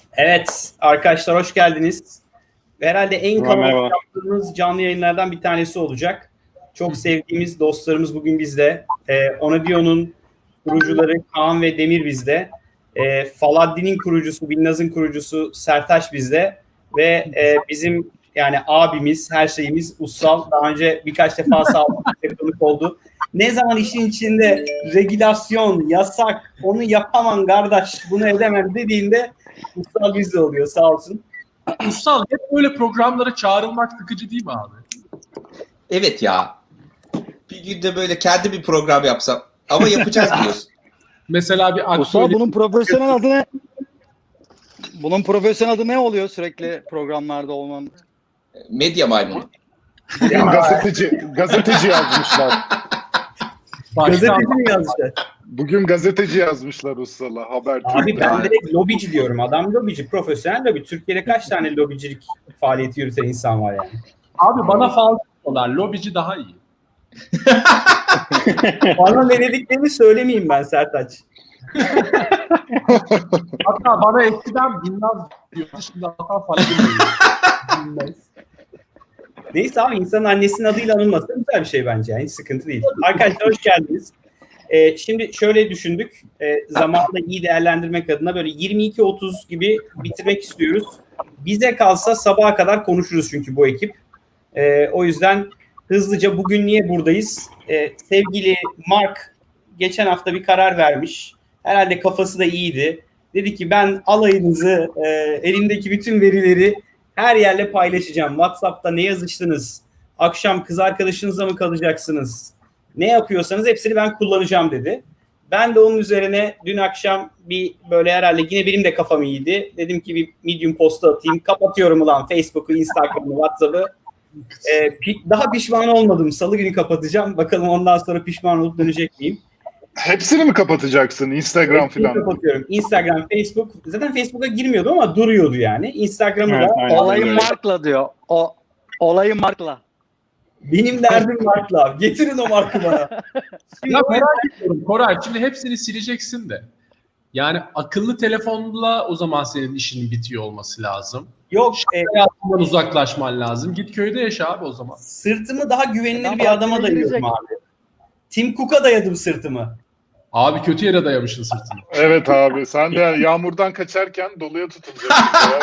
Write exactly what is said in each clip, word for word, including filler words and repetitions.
Evet arkadaşlar hoş geldiniz. Herhalde en kalabalık yaptığımız canlı yayınlardan bir tanesi olacak. Çok sevdiğimiz dostlarımız bugün bizde. Ee, Onadio'nun kurucuları Kaan ve Demir bizde. Ee, Faladdin'in kurucusu, Binnaz'ın kurucusu Sertaç bizde. Ve e, bizim yani abimiz, her şeyimiz Ussal. Daha önce birkaç defa sağlıklı konuk oldu. Ne zaman işin içinde regülasyon, yasak, onu yapamam kardeş, bunu edemem dediğinde Ussal bizde oluyor, sağ olsun. Ussal, hep böyle programlara çağrılmak sıkıcı değil mi abi? Evet ya. Bir günde böyle kendi bir program yapsam. Ama yapacağız diyorsun. Mesela bir Ussal, bunun profesyonel adı ne? Bunun profesyonel adı ne oluyor sürekli programlarda olman? Medya maymunu. Bugün gazeteci, gazeteci yazmışlar. Gazeteci mi yazmışlar? Bugün gazeteci yazmışlar Ussal'a. Haber. Abi ben direkt lobici diyorum. Adam lobici, profesyonel lobi. Türkiye'de kaç tane lobicilik faaliyeti yürüten insan var yani? Abi bana fazla diyorlar. Lobici daha iyi. Bana ne dediklerini söylemeyeyim ben Sertaç. Hatta bana eskiden Binnaz diyordu. Şimdi hatta falan Bilmez. Neyse abi, insanın annesinin adıyla anılması güzel bir şey bence. Yani hiç sıkıntı değil. Arkadaşlar hoş geldiniz. Ee, şimdi şöyle düşündük. Ee, zamanı iyi değerlendirmek adına böyle yirmi iki otuz gibi bitirmek istiyoruz. Bize kalsa sabaha kadar konuşuruz çünkü bu ekip. Ee, o yüzden hızlıca bugün niye buradayız? Ee, sevgili Mark geçen hafta bir karar vermiş. Herhalde kafası da iyiydi. Dedi ki ben alayınızı, e, elimdeki bütün verileri her yerle paylaşacağım. WhatsApp'ta ne yazıştınız? Akşam kız arkadaşınızla mı kalacaksınız? Ne yapıyorsanız hepsini ben kullanacağım dedi. Ben de onun üzerine dün akşam bir böyle herhalde yine benim de kafam iyiydi. Dedim ki bir Medium posta atayım. Kapatıyorum ulan Facebook'u, Instagram'ı, WhatsApp'ı. Ee, daha pişman olmadım. Salı günü kapatacağım. Bakalım ondan sonra pişman olup dönecek miyim? Hepsini mi kapatacaksın? Instagram Hepsini falan. kapatıyorum. Instagram, Facebook. Zaten Facebook'a girmiyordu ama duruyordu yani. Instagram'ı Evet, da. aynen. Olayı Mark'la diyor. O olayı Mark'la. Benim derdim Mark'la abi. Getirin o Mark'ı bana. Şimdi Ya o merak ediyorum Koray. Şimdi hepsini sileceksin de. Yani akıllı telefonla o zaman senin işinin bitiyor olması lazım. Yok. E, Hayatından uzaklaşman lazım. Git köyde yaşa abi o zaman. sırtımı daha güvenilir Adam bir adama partiye dayadım girecek. abi. Tim Cook'a dayadım sırtımı. Abi kötü yere dayamışsın sırtını. Evet abi. Sen de yani yağmurdan kaçarken doluya tutunacaksın.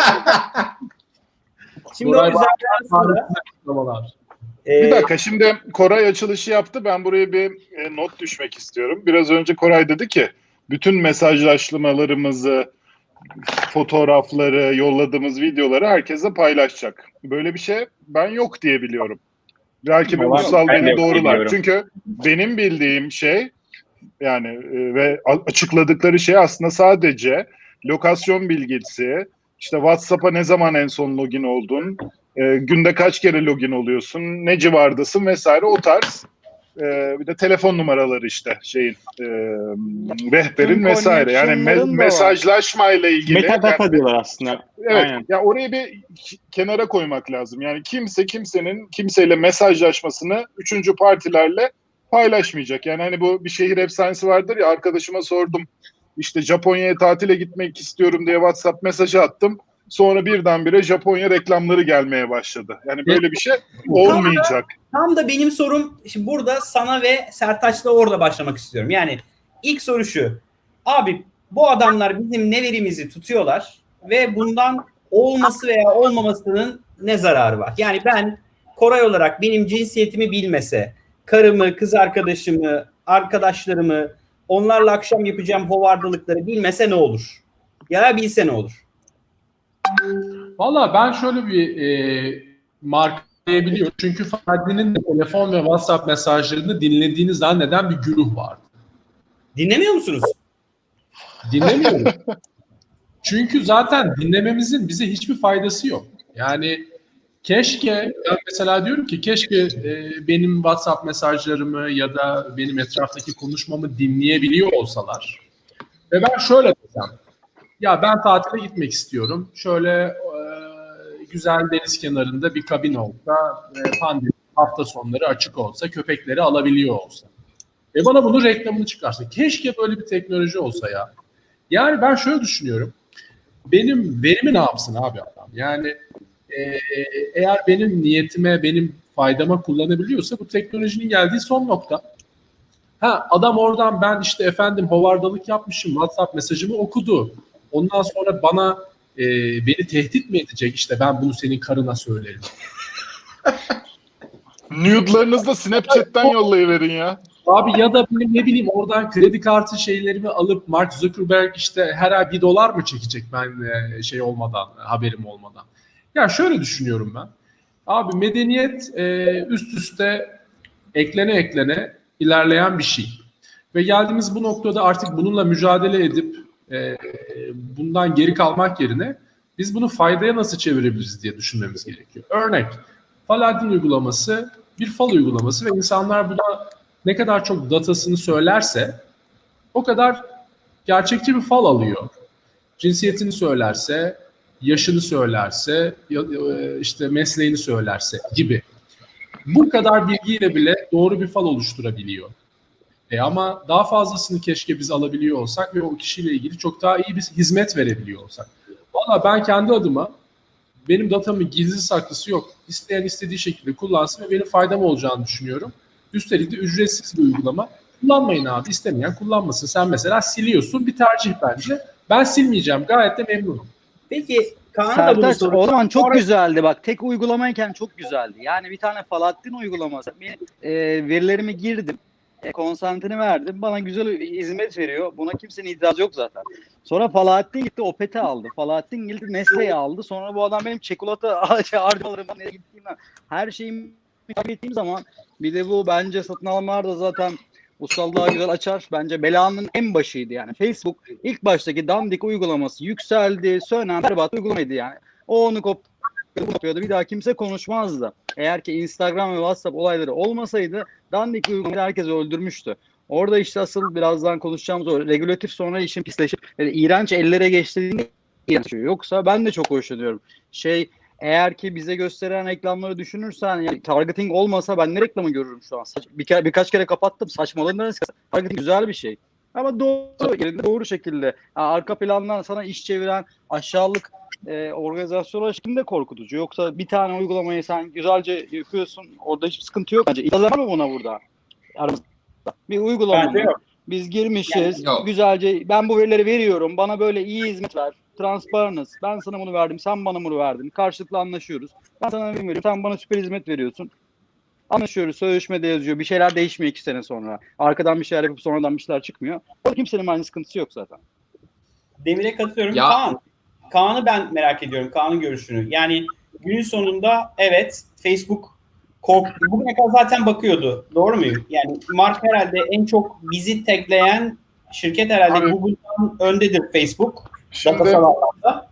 Şimdi Koray o yüzden sonra, Babalar. e, Bir dakika, şimdi Koray açılışı yaptı. Ben buraya bir e, not düşmek istiyorum. Biraz önce Koray dedi ki bütün mesajlaşmalarımızı, fotoğrafları, yolladığımız videoları herkese paylaşacak. Böyle bir şey ben yok diye biliyorum. Belki bir Var, Ussal ben de beni yok diye doğrular. biliyorum. Çünkü benim bildiğim şey yani e, ve a- açıkladıkları şey aslında sadece lokasyon bilgisi, işte WhatsApp'a ne zaman en son login oldun, e, günde kaç kere login oluyorsun, ne civardasın vesaire, o tarz. E, bir de telefon numaraları işte şeyin e, rehberin Tüm vesaire. Yani me- connection'ların da var. mesajlaşmayla ilgili. Metadata yani- diyorlar aslında. Evet. Aynen. Ya orayı bir k- kenara koymak lazım. Yani kimse kimsenin kimseyle mesajlaşmasını üçüncü partilerle paylaşmayacak. Yani hani bu bir şehir efsanesi vardır ya, arkadaşıma sordum. İşte Japonya'ya tatile gitmek istiyorum diye WhatsApp mesajı attım. Sonra birdenbire Japonya reklamları gelmeye başladı. Yani böyle bir şey olmayacak. tam da benim sorum şimdi burada sana ve Sertaç'la orada başlamak istiyorum. Yani ilk soru şu. Abi bu adamlar bizim ne verimizi tutuyorlar ve bundan olması veya olmamasının ne zararı var? Yani ben Koray olarak benim cinsiyetimi bilmese, karımı, kız arkadaşımı, arkadaşlarımı, onlarla akşam yapacağım hovardalıkları bilmese ne olur? Ya bilse ne olur? Valla ben şöyle bir e, markayabiliyorum. Çünkü Fadi'nin de telefon ve WhatsApp mesajlarını dinlediğini zanneden bir güruh vardı. Dinlemiyor musunuz? Dinlemiyorum. Çünkü zaten dinlememizin bize hiçbir faydası yok. Yani keşke, ben mesela diyorum ki keşke e, benim WhatsApp mesajlarımı ya da benim etraftaki konuşmamı dinleyebiliyor olsalar. Ve ben şöyle desem, ya ben tatile gitmek istiyorum. Şöyle e, güzel deniz kenarında bir kabin olsa, e, pandemi hafta sonları açık olsa, köpekleri alabiliyor olsa. Ve bana bunun reklamını çıkarsa. Keşke böyle bir teknoloji olsa ya. Yani ben şöyle düşünüyorum. benim verimi ne yapsın abi adam? Yani e, eğer benim niyetime, benim faydama kullanabiliyorsa bu teknolojinin geldiği son nokta. Ha adam oradan ben işte efendim hovardalık yapmışım, WhatsApp mesajımı okudu. Ondan sonra bana e, beni tehdit mi edecek, işte ben bunu senin karına söylerim. Nude'larınızı da Snapchat'ten yollayıverin ya. Abi ya da benim ne bileyim oradan kredi kartı şeylerimi alıp Mark Zuckerberg işte her ay bir dolar mı çekecek ben e, şey olmadan, haberim olmadan. Ya şöyle düşünüyorum ben. Abi medeniyet e, üst üste eklene eklene ilerleyen bir şey. Ve geldiğimiz bu noktada artık bununla mücadele edip e, bundan geri kalmak yerine biz bunu faydaya nasıl çevirebiliriz diye düşünmemiz gerekiyor. Örnek, Paladin uygulaması bir fal uygulaması ve insanlar buna ne kadar çok datasını söylerse o kadar gerçekçi bir fal alıyor. Cinsiyetini söylerse, yaşını söylerse, işte mesleğini söylerse gibi. Bu kadar bilgiyle bile doğru bir fal oluşturabiliyor. E ama daha fazlasını keşke biz alabiliyor olsak ve o kişiyle ilgili çok daha iyi bir hizmet verebiliyor olsak. Valla ben kendi adıma benim datamın gizli saklısı yok. İsteyen istediği şekilde kullansın ve benim faydam olacağını düşünüyorum. Üstelik de ücretsiz bir uygulama. Kullanmayın abi. İstemeyen kullanmasın. Sen mesela siliyorsun. Bir tercih bence. Ben silmeyeceğim. Gayet de memnunum. Peki Kaan'a da bunu Sertaç soracağım. o zaman çok Sonra- güzeldi bak, tek uygulamayken çok güzeldi. Yani bir tane Falahattin uygulaması. Bir, e, verilerimi girdim. E, konsantini verdim. Bana güzel hizmet veriyor. Buna kimsenin itirazı yok zaten. Sonra Falahattin gitti Opet'i aldı. Falahattin gitti Nestle'yi aldı. Sonra bu adam benim çikolata harcamalarımdan nereye gittiğimden her şeyimi takip ettiğim zaman bir de bu bence satın almalar da zaten ustalığa güzel açar. Bence belanın en başıydı yani. Facebook ilk baştaki dandik uygulaması yükseldi, sönen berbat uygulamaydı yani. O onu kopuyordu. Bir daha kimse konuşmazdı. Eğer ki Instagram ve WhatsApp olayları olmasaydı dandik uygulamayı herkes öldürmüştü. Orada işte asıl birazdan konuşacağımız o regülatif sonra işin pisleşip yani iğrenç ellere geçtiğinde iğrenç. Yoksa ben de çok hoşlanıyorum. Şey eğer ki bize gösteren reklamları düşünürsen yani targeting olmasa ben ne reklamı görürüm şu an? Bir kere, birkaç kere kapattım. Saçmalığından targeting güzel bir şey. Ama doğru doğru şekilde yani arka plandan sana iş çeviren aşağılık e, organizasyonlar şeklinde korkutucu. Yoksa bir tane uygulamayı sen güzelce yapıyorsun. Orada hiçbir sıkıntı yok bence. İtiraz var mı buna burada? Aramızda. Bir uygulama. Bence yok. Biz girmişiz. Yani yok. Güzelce ben bu verileri veriyorum. Bana böyle iyi hizmet ver. Transparency. Ben sana bunu verdim. Sen bana bunu verdin. Karşılıklı anlaşıyoruz. Ben sana bunu veriyorum. Sen bana süper hizmet veriyorsun. Anlaşıyoruz. Sözleşmede yazıyor. Bir şeyler değişmiyor iki sene sonra. Arkadan bir şeyler yapıp sonradan bir şeyler çıkmıyor. O kimsenin aynı sıkıntısı yok zaten. Demir'e katılıyorum. Ya- Kaan. Kaan'ı ben merak ediyorum. Kaan'ın görüşünü. Yani günün sonunda evet Facebook korktu. Bugüne kadar zaten bakıyordu. Doğru muyum? Yani Mark herhalde en çok bizi tagleyen şirket herhalde Abi- Google'dan öndedir Facebook. Şimdi Datasal anlamda.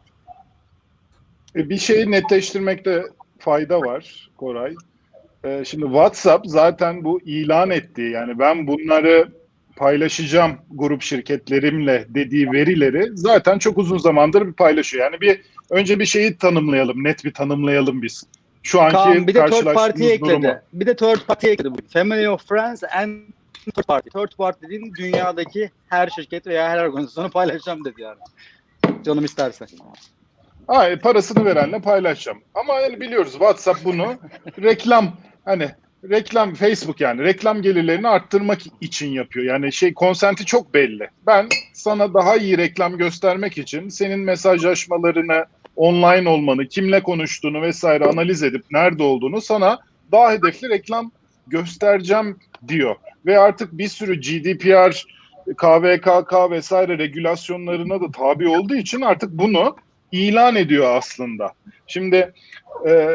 e, bir şeyi netleştirmekte fayda var Koray. E, Şimdi WhatsApp zaten bu ilan ettiği yani ben bunları paylaşacağım grup şirketlerimle dediği verileri zaten çok uzun zamandır bir paylaşıyor. Yani bir önce bir şeyi tanımlayalım, net bir tanımlayalım biz. Şu anki Kaan bir de third party karşılaştığımız ekledi. durumu. Bir de third party ekledi. Bu. Family of friends and third party. Third party dediğin dünyadaki her şirket veya her organizasyonu paylaşacağım dedi yani. Canım isterse. Ha, e, parasını verenle paylaşacağım. Ama yani biliyoruz WhatsApp bunu reklam hani reklam Facebook yani reklam gelirlerini arttırmak için yapıyor. Yani şey konsenti çok belli. Ben sana daha iyi reklam göstermek için senin mesajlaşmalarını, online olmanı, kimle konuştuğunu vesaire analiz edip nerede olduğunu sana daha hedefli reklam göstereceğim diyor. Ve artık bir sürü G D P R, K V K K vesaire regülasyonlarına da tabi olduğu için artık bunu ilan ediyor aslında. Şimdi e,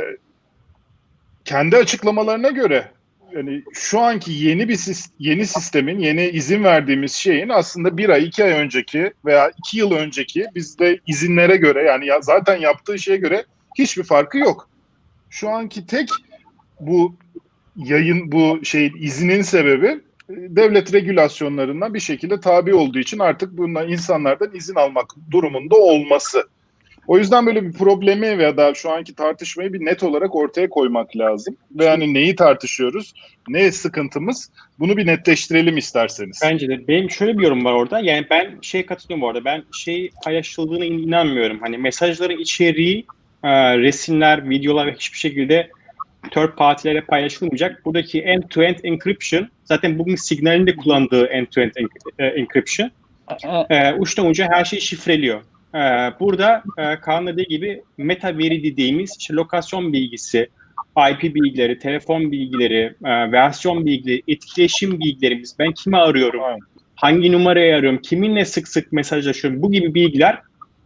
kendi açıklamalarına göre yani şu anki yeni bir yeni sistemin, yeni izin verdiğimiz şeyin aslında bir ay, iki ay önceki veya iki yıl önceki bizde izinlere göre yani ya zaten yaptığı şeye göre hiçbir farkı yok. Şu anki tek bu yayın bu şey izinin sebebi devlet regülasyonlarına bir şekilde tabi olduğu için artık bundan insanlardan izin almak durumunda olması. O yüzden böyle bir problemi veya da şu anki tartışmayı bir net olarak ortaya koymak lazım. Ve hani neyi tartışıyoruz, ne sıkıntımız, bunu bir netleştirelim isterseniz. Bence de. Benim şöyle bir yorum var orada. Yani ben şeye katılıyorum bu arada. Ben şey paylaşıldığına inanmıyorum. Hani mesajların içeriği, e, resimler, videolar ve hiçbir şekilde third partilere paylaşılmayacak. Buradaki end-to-end encryption, zaten bugün Signal'in de kullandığı end-to-end encryption. E, uçtan uca her şeyi şifreliyor. E, burada e, Kaan dediği gibi meta veri dediğimiz işte lokasyon bilgisi, I P bilgileri, telefon bilgileri, e, versiyon bilgileri, etkileşim bilgilerimiz, ben kimi arıyorum, Aynen. hangi numarayı arıyorum, kiminle sık sık mesajlaşıyorum, bu gibi bilgiler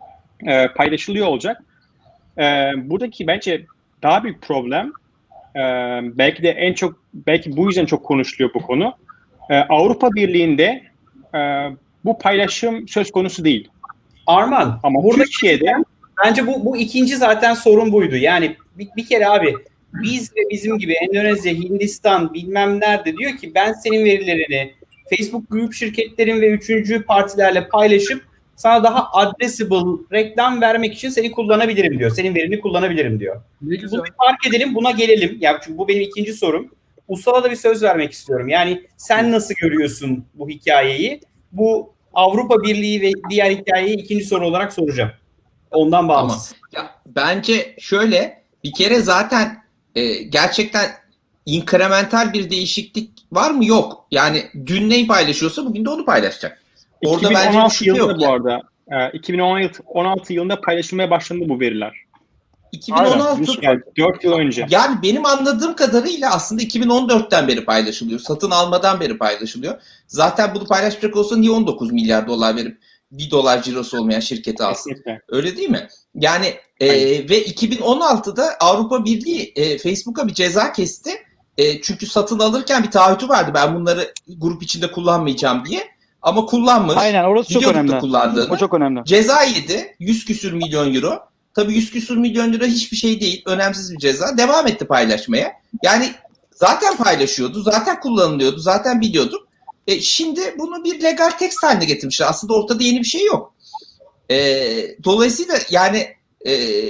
e, paylaşılıyor olacak. E, buradaki bence daha büyük problem, e, belki de en çok, belki bu yüzden çok konuşuluyor bu konu. E, Avrupa Birliği'nde e, bu paylaşım söz konusu değil. Arman, Ama burada Türkiye'de bence bu bu ikinci zaten sorun buydu. Yani bir, bir kere abi biz ve bizim gibi Endonezya, Hindistan bilmem nerede diyor ki ben senin verilerini Facebook grup şirketlerin ve üçüncü partilerle paylaşıp sana daha addressable reklam vermek için seni kullanabilirim diyor. Senin verini kullanabilirim diyor. Ne güzel. Bunu bir fark edelim, buna gelelim. Yani çünkü bu benim ikinci sorum. Ustal'a da bir söz vermek istiyorum. Yani sen nasıl görüyorsun bu hikayeyi? Bu Avrupa Birliği ve diğer hikayeyi ikinci soru olarak soracağım. Ondan bağımsız. Tamam. Ya, bence şöyle bir kere zaten e, gerçekten inkremental bir değişiklik var mı? Yok. Yani dün neyi paylaşıyorsa bugün de onu paylaşacak. Orada bence bir iki bin on altı şüphe yılında yok. bu Yani. arada e, iki bin on altı yılında paylaşılmaya başlandı bu veriler. iki bin on altı Yani dört yıl önce. Yani benim anladığım kadarıyla aslında iki bin on dörtten beri paylaşılıyor. Satın almadan beri paylaşılıyor. Zaten bunu paylaşacak olsa niye on dokuz milyar dolar verip bir dolar cirosu olmayan şirketi alsın? Kesinlikle. Öyle değil mi? Yani e, ve iki bin on altıda Avrupa Birliği e, Facebook'a bir ceza kesti. E, çünkü satın alırken bir taahhütü vardı. Ben bunları grup içinde kullanmayacağım diye. Ama kullanmış. Aynen, orası çok Biliyorduk da önemli. kullandığını. O çok önemli. Ceza yedi. yüz küsür milyon euro. Tabii yüz küsür milyon euro hiçbir şey değil. Önemsiz bir ceza. Devam etti paylaşmaya. Yani zaten paylaşıyordu. Zaten kullanılıyordu. Zaten biliyorduk. E, şimdi bunu bir legal text haline getirmişler. Aslında ortada yeni bir şey yok. E, dolayısıyla yani e,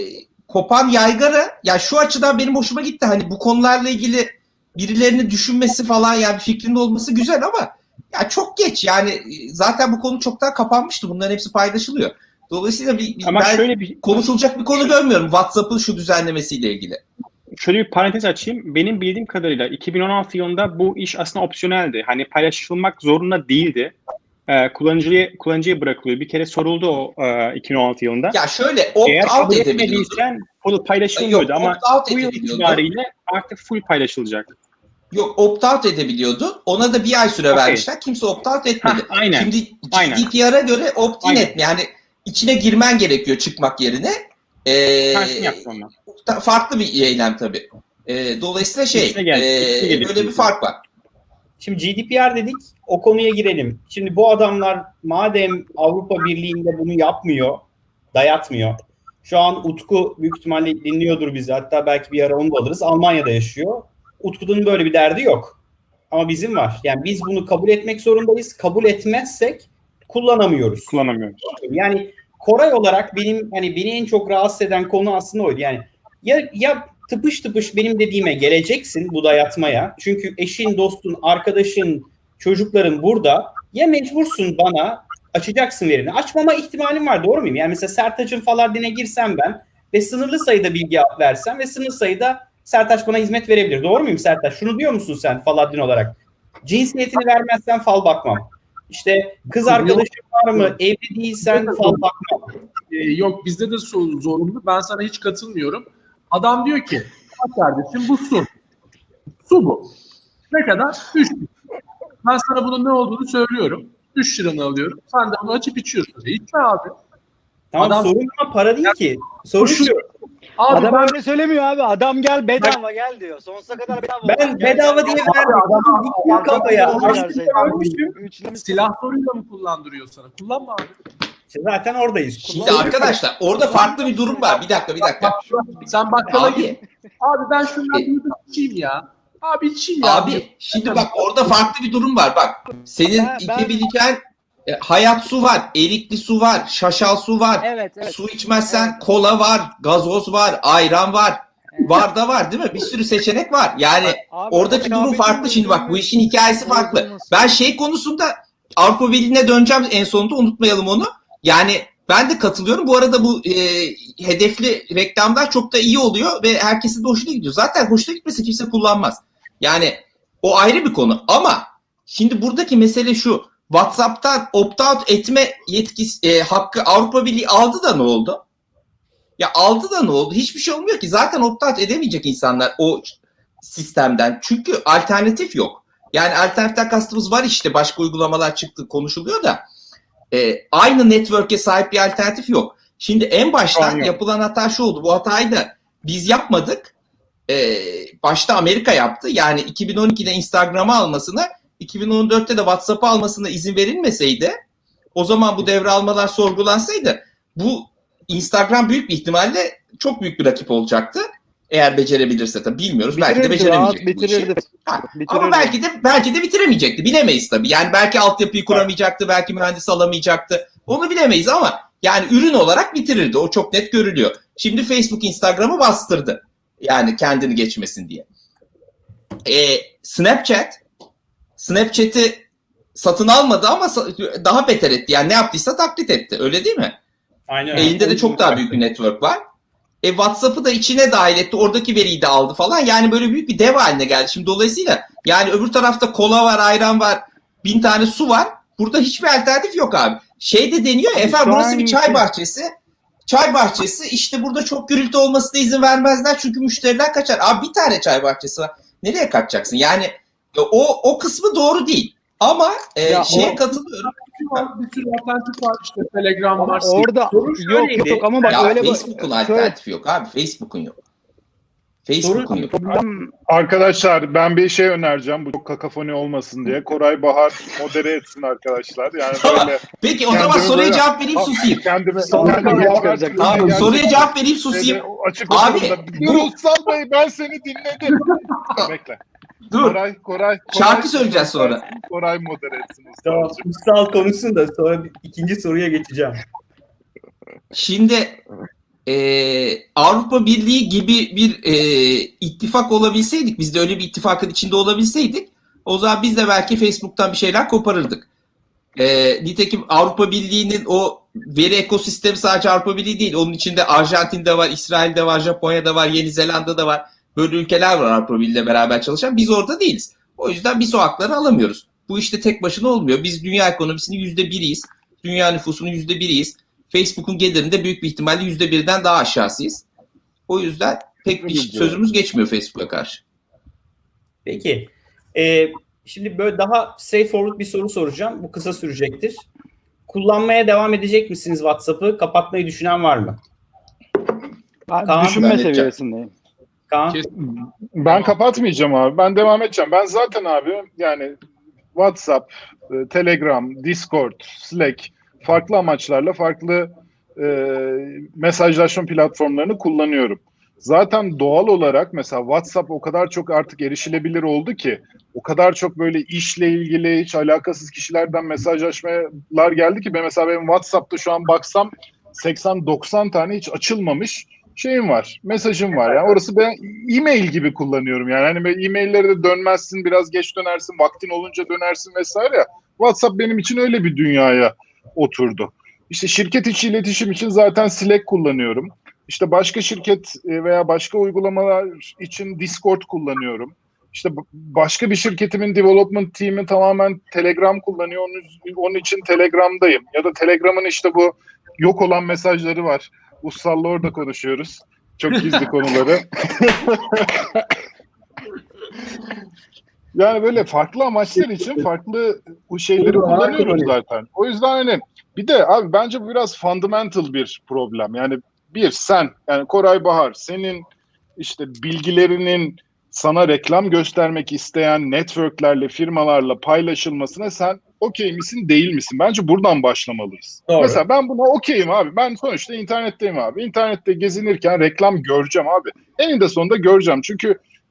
kopan yaygara, ya şu açıdan benim hoşuma gitti. Hani bu konularla ilgili birilerini düşünmesi falan, yani fikrinin olması güzel ama ya çok geç. Yani zaten bu konu çoktan kapanmıştı. Bunların hepsi paylaşılıyor. Dolayısıyla bir, bir Ama ben şöyle bir konuşulacak bir konu görmüyorum WhatsApp'ın şu düzenlemesiyle ilgili. şöyle bir parantez açayım. Benim bildiğim kadarıyla iki bin on altı yılında bu iş aslında opsiyoneldi. Hani paylaşılmak zorunda değildi. Ee, kullanıcıya kullanıcıya bırakılıyor. Bir kere soruldu o e, iki bin on altı yılında. Ya şöyle Eğer opt-out kabul edebiliyordu. etmediysen o paylaşılmıyordu Yok, ama opt-out bu yıl edebiliyordu. itibariyle artık full paylaşılacak. Yok, opt-out edebiliyordu. Ona da bir ay süre Okay. vermişler. Kimse opt-out etmedi. Hah, aynen. Şimdi Aynen. G D P R'a göre opt-in Aynen. etme. Yani içine girmen gerekiyor çıkmak yerine. Ee, Tersini yaptı onlar. ta- farklı bir eylem tabii. Ee, dolayısıyla şey, İçine gel- ee, içine gelip böyle bir fark var. Şimdi G D P R dedik, o konuya girelim. Şimdi bu adamlar madem Avrupa Birliği'nde bunu yapmıyor, dayatmıyor. Şu an Utku büyük ihtimalle dinliyordur bizi. Hatta belki bir ara onu da alırız. Almanya'da yaşıyor. Utku'nun böyle bir derdi yok. Ama bizim var. Yani biz bunu kabul etmek zorundayız. Kabul etmezsek kullanamıyoruz. Kullanamıyoruz. Yani Koray olarak benim hani beni en çok rahatsız eden konu aslında oydu. Yani ya ya tıpış tıpış benim dediğime geleceksin bu dayatmaya. Çünkü eşin, dostun, arkadaşın, çocukların burada. Ya mecbursun bana açacaksın verini. Açmama ihtimalim var, doğru muyum? Yani mesela Sertaç'ın Falardin'e girsem ben ve sınırlı sayıda bilgi versem ve sınırlı sayıda Sertaç bana hizmet verebilir. Doğru muyum Sertaç? Şunu diyor musun sen Falardin olarak? Cinsiyetini vermezsen fal bakmam. İşte kız arkadaşın var mı? Evli değilsen fal bakmam. Ee, yok bizde de so- zorunlu. Ben sana hiç katılmıyorum. Adam diyor ki bak kardeşim bu su. Su bu. Ne kadar? üç lira. Ben sana bunun ne olduğunu söylüyorum. üç liranı alıyorum. Sen de bunu açıp içiyorsun. E içme abi. Tamam, Adam- sorun ama para değil ki. Sorun Şu- şu. Abi Adam ben, öyle söylemiyor abi. Adam gel bedava gel diyor. Sonsuza kadar bedava. Ben Gel, bedava gel, diye gel. verdim. Adam Gel, dik kafaya. çok güzel Açtım gerçekten. ölmüşüm. Üç lira- silah zoruyla mı kullandırıyor sana? Kullanma abi. İşte zaten oradayız. Şimdi arkadaşlar orada farklı bir durum var. Bir dakika bir dakika. Sen bakkala Abi, git. Abi ben şundan E- bir yudum içeyim ya. Abi içeyim ya. Abi şimdi bak orada farklı bir durum var. Bak senin Ben- ben- içebileceğin E, Hayat su var, erikli su var, şaşal su var. Evet, evet. Su içmezsen Evet. kola var, gazoz var, ayran var. Evet. Var da var değil mi? Bir sürü seçenek var. Yani Abi, oradaki durum rekabetin farklı. Şimdi bak bu işin hikayesi farklı. bozulması. Ben şey konusunda Avrupa Birliği'ne döneceğim en sonunda, unutmayalım onu. Yani ben de katılıyorum. Bu arada bu e, hedefli reklamlar çok da iyi oluyor ve herkesin de hoşuna gidiyor. Zaten hoşuna gitmesi kimse kullanmaz. Yani o ayrı bir konu. Ama şimdi buradaki mesele şu. WhatsApp'tan opt-out etme yetkisi, e, hakkı Avrupa Birliği aldı da ne oldu? Ya aldı da ne oldu? Hiçbir şey olmuyor ki. Zaten opt-out edemeyecek insanlar o sistemden. Çünkü alternatif yok. Yani alternatiften kastımız var işte. Başka uygulamalar çıktı konuşuluyor da. E, aynı network'e sahip bir alternatif yok. Şimdi en başta Aynen. yapılan hata şu oldu. Bu hatayı da biz yapmadık. E, başta Amerika yaptı. Yani iki bin on ikide Instagram'ı almasını, iki bin on dörtte de WhatsApp'ı almasına izin verilmeseydi, o zaman bu devralmalar sorgulansaydı, bu Instagram büyük bir ihtimalle çok büyük bir rakip olacaktı. Eğer becerebilirse tabii, bilmiyoruz. Belki de Bitirirdi, rahat beceremeyecekti bu işi. bitirirdi. Ha, Bitirirdi. ama belki de belki de bitiremeyecekti. Bilemeyiz tabii. Yani belki altyapıyı kuramayacaktı, belki mühendis alamayacaktı. Onu bilemeyiz ama yani ürün olarak bitirirdi. O çok net görülüyor. Şimdi Facebook Instagram'ı bastırdı. Yani kendini geçmesin diye. Ee, Snapchat Snapchat'i satın almadı ama sa- daha beter etti. Yani ne yaptıysa taklit etti. Öyle değil mi? Aynen öyle. Elinde de çok daha büyük bir network var. E, WhatsApp'ı da içine dahil etti. Oradaki veriyi de aldı falan. Yani böyle büyük bir dev haline geldi. Şimdi dolayısıyla yani öbür tarafta kola var, ayran var, bin tane su var. Burada hiçbir alternatif yok abi. Şey de deniyor ya, efendim burası bir çay bahçesi. Çay bahçesi, işte burada çok gürültü olmasına izin vermezler çünkü müşteriler kaçar. Abi bir tane çay bahçesi var. Nereye kaçacaksın? Yani e, o o kısmı doğru değil. Ama e, Ya şeye o- katılıyorum. Bir sürü alternatif var işte. Telegram var. Orada Sorun yok şöyleydi. yok ama bak Ya öyle Facebook'un şöyle- alternatifi yok abi. Facebook'un yok. Facebook'un yok. problem Arkadaşlar ben bir şey önereceğim. Bu çok kakafoni olmasın diye. Koray Bahar modere etsin arkadaşlar. Yani böyle Peki o zaman Kendimi soruya böyle- cevap vereyim, susayım. kendimi Son kendimi dakika Bahar çıkaracak. Türkiye Abi, gerçekten soruya cevap vereyim, susayım. şeyde açık Abi, oturumda. bu- Dur Ussal Bey, ben seni dinledim. Bekle. Dur. Koray, Koray, Şarkı Koray- söyleyeceğiz sonra. Koray modere etsin. Tamam. Üstal konuşsun da sonra bir- ikinci soruya geçeceğim. Şimdi e, Avrupa Birliği gibi bir e, ittifak olabilseydik, biz de öyle bir ittifakın içinde olabilseydik, o zaman biz de belki Facebook'tan bir şeyler koparırdık. E, nitekim Avrupa Birliği'nin o veri ekosistemi sadece Avrupa Birliği değil. Onun içinde Arjantin'de var, İsrail'de var, Japonya'da var, Yeni Zelanda'da var. Böyle ülkeler var Avrupa Birliği ile beraber çalışan. Biz orada değiliz. O yüzden biz o hakları alamıyoruz. Bu işte tek başına olmuyor. Biz dünya ekonomisinin yüzde biriyiz. Dünya nüfusunun yüzde biriyiz. Facebook'un gelirinde büyük bir ihtimalle yüzde birden daha aşağısıyız. O yüzden pek bir sözümüz geçmiyor Facebook'a karşı. Peki. Ee, şimdi böyle daha straightforward bir soru soracağım. Bu kısa sürecektir. Kullanmaya devam edecek misiniz WhatsApp'ı? Kapatmayı düşünen var mı? Ben Kaan, düşünme ben seviyesindeyim. Kaan? Kes- Ben kapatmayacağım abi. Ben devam edeceğim. Ben zaten abi yani WhatsApp, e, Telegram, Discord, Slack farklı amaçlarla farklı e, mesajlaşma platformlarını kullanıyorum. Zaten doğal olarak mesela WhatsApp o kadar çok artık erişilebilir oldu ki, o kadar çok böyle işle ilgili hiç alakasız kişilerden mesajlaşmalar geldi ki, ben mesela benim WhatsApp'ta şu an baksam seksen doksan tane hiç açılmamış şeyim var, mesajım var. Yani orası ben e-mail gibi kullanıyorum. Yani hani böyle e-maillere de dönmezsin, biraz geç dönersin, vaktin olunca dönersin vesaire ya. WhatsApp benim için öyle bir dünyaya oturdu. İşte şirket içi iletişim için zaten Slack kullanıyorum. İşte başka şirket veya başka uygulamalar için Discord kullanıyorum. İşte başka bir şirketimin development team'i tamamen Telegram kullanıyor. Onun, onun için Telegram'dayım. Ya da Telegram'ın işte bu yok olan mesajları var. Ussal'la orada konuşuyoruz. Çok gizli konuları. Yani böyle farklı amaçlar için farklı bu şeyleri kullanıyoruz zaten. O yüzden hani bir de abi bence bu biraz fundamental bir problem. Yani bir sen yani Koray Bahar senin işte bilgilerinin sana reklam göstermek isteyen networklerle, firmalarla paylaşılmasına sen okey misin, değil misin? Bence buradan başlamalıyız. Doğru. Mesela ben buna okeyim abi. Ben sonuçta internetteyim abi. İnternette gezinirken reklam göreceğim abi. Eninde sonunda göreceğim. Çünkü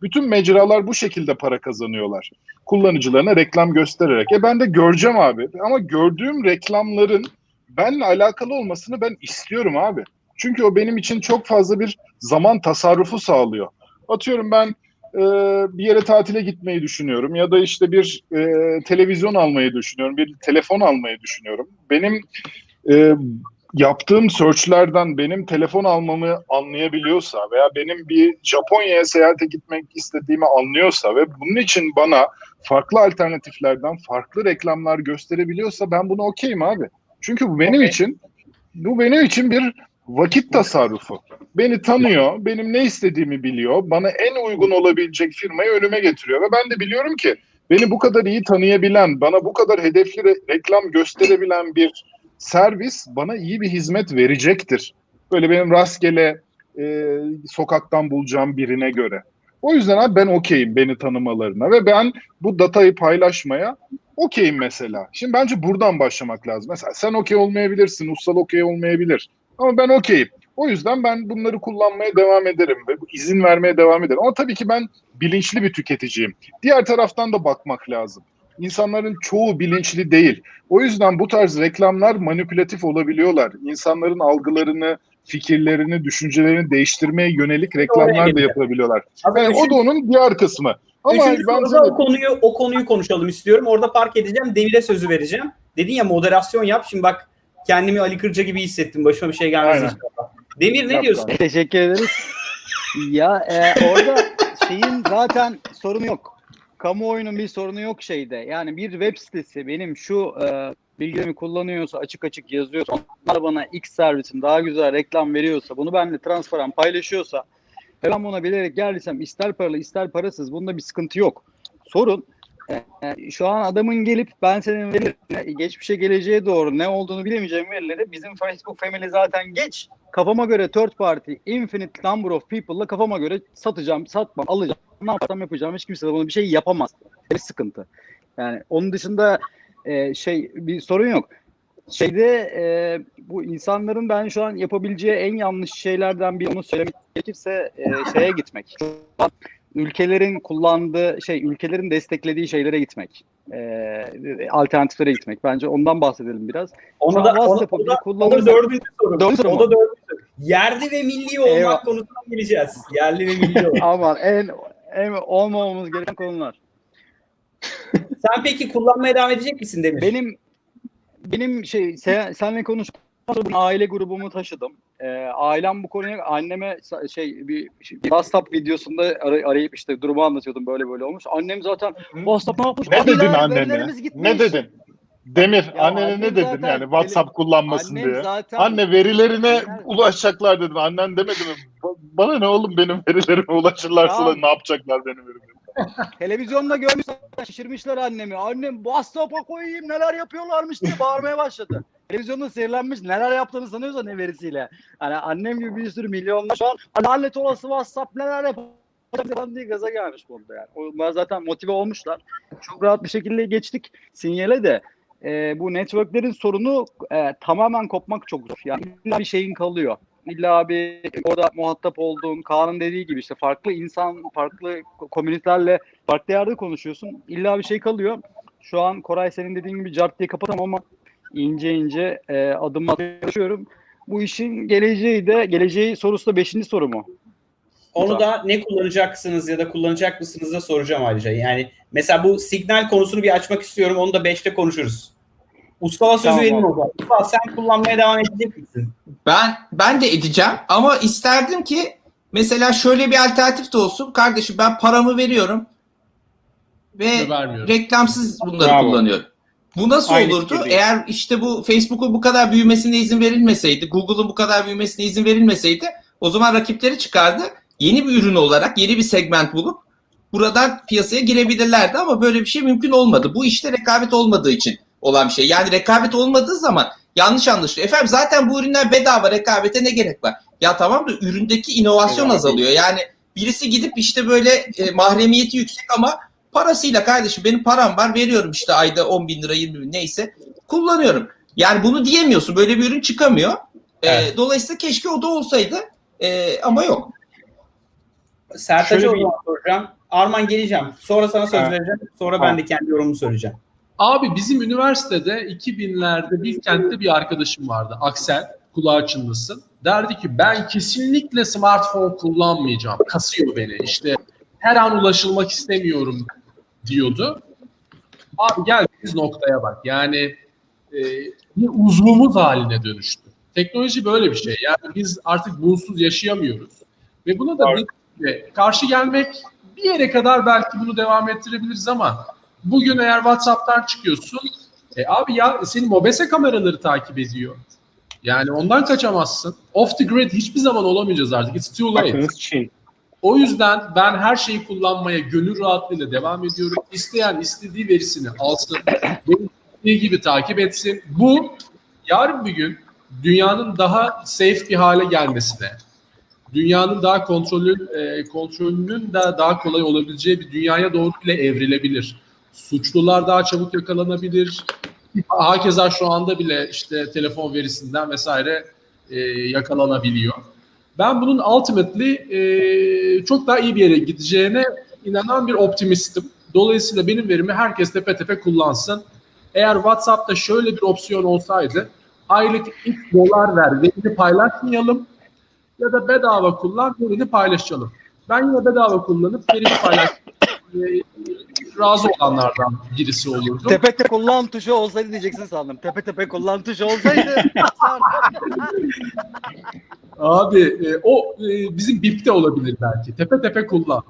Bütün mecralar bu şekilde para kazanıyorlar. Kullanıcılarına reklam göstererek. E ben de göreceğim abi. Ama gördüğüm reklamların benimle alakalı olmasını ben istiyorum abi. Çünkü o benim için çok fazla bir zaman tasarrufu sağlıyor. Atıyorum ben e, bir yere tatile gitmeyi düşünüyorum ya da işte bir e, televizyon almayı düşünüyorum, bir telefon almayı düşünüyorum. Benim e, yaptığım searchlerden benim telefon almamı anlayabiliyorsa veya benim bir Japonya'ya seyahate gitmek istediğimi anlıyorsa ve bunun için bana farklı alternatiflerden farklı reklamlar gösterebiliyorsa ben buna okeyim abi. Çünkü bu benim Okay. için bu benim için bir vakit tasarrufu. Beni tanıyor, benim ne istediğimi biliyor, bana en uygun olabilecek firmayı önüme getiriyor ve ben de biliyorum ki beni bu kadar iyi tanıyabilen, bana bu kadar hedefli re- reklam gösterebilen bir servis bana iyi bir hizmet verecektir. Böyle benim rastgele e, sokaktan bulacağım birine göre. O yüzden abi ben okeyim beni tanımalarına ve ben bu datayı paylaşmaya okeyim mesela. Şimdi bence buradan başlamak lazım. Mesela sen okey olmayabilirsin, Ussal okey olmayabilir. Ama ben okeyim. O yüzden ben bunları kullanmaya devam ederim ve izin vermeye devam ederim. Ama tabii ki ben bilinçli bir tüketiciyim. Diğer taraftan da bakmak lazım. İnsanların çoğu bilinçli değil. O yüzden bu tarz reklamlar manipülatif olabiliyorlar. İnsanların algılarını, fikirlerini, düşüncelerini değiştirmeye yönelik reklamlar da yapabiliyorlar. Abi Yani o üçün- da onun diğer kısmı. Ama Üçüncü ben soruda sana o konuyu o konuyu konuşalım istiyorum. Orada park edeceğim. Demir'e sözü vereceğim. Dedin ya moderasyon yap. Şimdi bak kendimi Ali Kırca gibi hissettim. Başıma bir şey gelmez Aynen. inşallah. Demir ne Yap diyorsun? lan. Teşekkür ederiz. Ya e, orada şeyin zaten sorunu yok. Kamuoyunun bir sorunu yok şeyde. Yani bir web sitesi benim şu e, bilgilerimi kullanıyorsa, açık açık yazıyorsa, onlar bana X servisin daha güzel reklam veriyorsa, bunu benimle transparan paylaşıyorsa ve ben buna bilerek geldiysem ister paralı ister parasız bunda bir sıkıntı yok. Sorun e, şu an adamın gelip ben senin verilerine, geçmişe geleceğe doğru ne olduğunu bilemeyeceğim verileri bizim Facebook Family zaten geç. Kafama göre third party, infinite number of people'la kafama göre satacağım, satmam, alacağım. Ne yaparsam yapacağım. Hiç kimse de bana bir şey yapamaz. Bir sıkıntı. Yani onun dışında e, şey bir sorun yok. Şeyde e, bu insanların ben şu an yapabileceği en yanlış şeylerden biri onu söylemek gerekirse e, şeye gitmek. Ülkelerin kullandığı şey, ülkelerin desteklediği şeylere gitmek. E, alternatiflere gitmek. Bence ondan bahsedelim biraz. Ona Şu da an ona, WhatsApp'ı o da, bir o da kullanırsak- dördüncü soru. Dördüncü soru O mu? da dördüncü soru. Yerli ve milli olmak Eyvah. konusundan geleceğiz. Yerli ve milli olmak. Aman en, en olmamamız gereken konular. Sen peki kullanmaya devam edecek misin Demir? Benim benim şey sen, senle konuştuktan sonra aile grubumu taşıdım. Ee, ailem bu konuya anneme sa- şey bir, bir WhatsApp videosunda ar- arayıp işte durumu anlatıyordum böyle böyle olmuş. Annem zaten WhatsApp ne yapmış? Ne dedin Abiler, annene? verilerimiz gitmiş. Ne dedin? Demir, Ya annene annem ne dedin zaten yani WhatsApp tele- kullanmasın annem diye? zaten- Anne verilerine Veriler- ulaşacaklar dedim. Annen demedi mi? Ba- Bana ne oğlum benim verilerime ulaşırlarsa Tamam. da ne yapacaklar benim verilerime? Televizyonda görmüşler, şaşırmışlar annemi. Annem WhatsApp'a koyayım neler yapıyorlarmış diye bağırmaya başladı. Televizyonda seyirlenmiş neler yaptığını sanıyorsa ne verisiyle. Hani annem gibi bir sürü milyonlar şu an lanet olası WhatsApp neler yapıyor falan diye gaza gelmiş burada yani. Onlar zaten motive olmuşlar. Çok rahat bir şekilde geçtik sinyale de. E, bu networklerin sorunu e, tamamen kopmak çok zor. Yani illa bir şeyin kalıyor. İlla bir orada muhatap olduğun, Kaan'ın dediği gibi işte farklı insan, farklı komünitelerle farklı yerde konuşuyorsun. İlla bir şey kalıyor. Şu an Koray senin dediğin gibi cart diye kapatamam ama ince ince e, adım atıyorum. Bu işin geleceği de, geleceği sorusu da beşinci soru mu? Onu da ne kullanacaksınız ya da kullanacak mısınız da soracağım ayrıca. Yani mesela bu signal konusunu bir açmak istiyorum. Onu da beşte konuşuruz. Ustava sözü Tamam, vereyim abi. o zaman. Usta sen kullanmaya devam edecek misin? Ben ben de edeceğim ama isterdim ki mesela şöyle bir alternatif de olsun. Kardeşim ben paramı veriyorum ve Ve vermiyorum. reklamsız bunları Bravo. kullanıyorum. Bu nasıl Aynı olurdu? fikirdeyim. Eğer işte bu Facebook'un bu kadar büyümesine izin verilmeseydi, Google'un bu kadar büyümesine izin verilmeseydi o zaman rakipleri çıkardı. Yeni bir ürün olarak yeni bir segment bulup buradan piyasaya girebilirlerdi ama böyle bir şey mümkün olmadı. Bu işte rekabet olmadığı için olan bir şey. Yani rekabet olmadığı zaman yanlış anlaşılıyor. Efendim zaten bu ürünler bedava, rekabete ne gerek var? Ya tamam da üründeki inovasyon Bedava azalıyor. Yani birisi gidip işte böyle e, mahremiyeti yüksek ama parasıyla kardeşim benim param var veriyorum işte ayda on bin lira yirmi bin neyse kullanıyorum. Yani bunu diyemiyorsun. Böyle bir ürün çıkamıyor. E, Evet. dolayısıyla keşke o da olsaydı e, ama yok. Sertaç'a Şöyle o bir- zaman soracağım. Arman geleceğim. Sonra sana söz Ha. vereceğim. Sonra Tamam. ben de kendi yorumumu söyleyeceğim. Abi bizim üniversitede iki binlerde Bilkent'te bir arkadaşım vardı. Aksel, kulağı çınlasın. Derdi ki ben kesinlikle smartphone kullanmayacağım. Kasıyor beni. İşte her an ulaşılmak istemiyorum diyordu. Abi geldiğimiz noktaya bak. Yani e, bir uzvumuz haline dönüştü. Teknoloji böyle bir şey. Yani biz artık bunsuz yaşayamıyoruz. Ve buna da bir, e, karşı gelmek bir yere kadar belki bunu devam ettirebiliriz ama bugün eğer WhatsApp'tan çıkıyorsun, e, abi ya senin mobese kameraları takip ediyor. Yani ondan kaçamazsın. Off the grid hiçbir zaman olamayacağız artık. It's too late. Bakınız Çin. O yüzden ben her şeyi kullanmaya gönül rahatlığıyla devam ediyorum. İsteyen istediği verisini alsın. Benim istediği gibi takip etsin. Bu yarın bir gün dünyanın daha safe bir hale gelmesine, dünyanın daha kontrolü, e, kontrolünün de daha kolay olabileceği bir dünyaya doğru bile evrilebilir. Suçlular daha çabuk yakalanabilir. Hakeza şu anda bile işte telefon verisinden vesaire e, yakalanabiliyor. Ben bunun ultimately e, çok daha iyi bir yere gideceğine inanan bir optimistim. Dolayısıyla benim verimi herkes tepe tepe kullansın. Eğer WhatsApp'ta şöyle bir opsiyon olsaydı, aylık X dolar ver, verini paylaşmayalım ya da bedava kullan, verini paylaşalım. Ben yine bedava kullanıp verini paylaş e, razı olanlardan birisi olurdum. Tepe tepe kullan tuşu olsaydı diyeceksin sandım. Tepe tepe kullan tuşu olsaydı. Abi e, o e, bizim bipte olabilir belki. Tepe tepe kullan.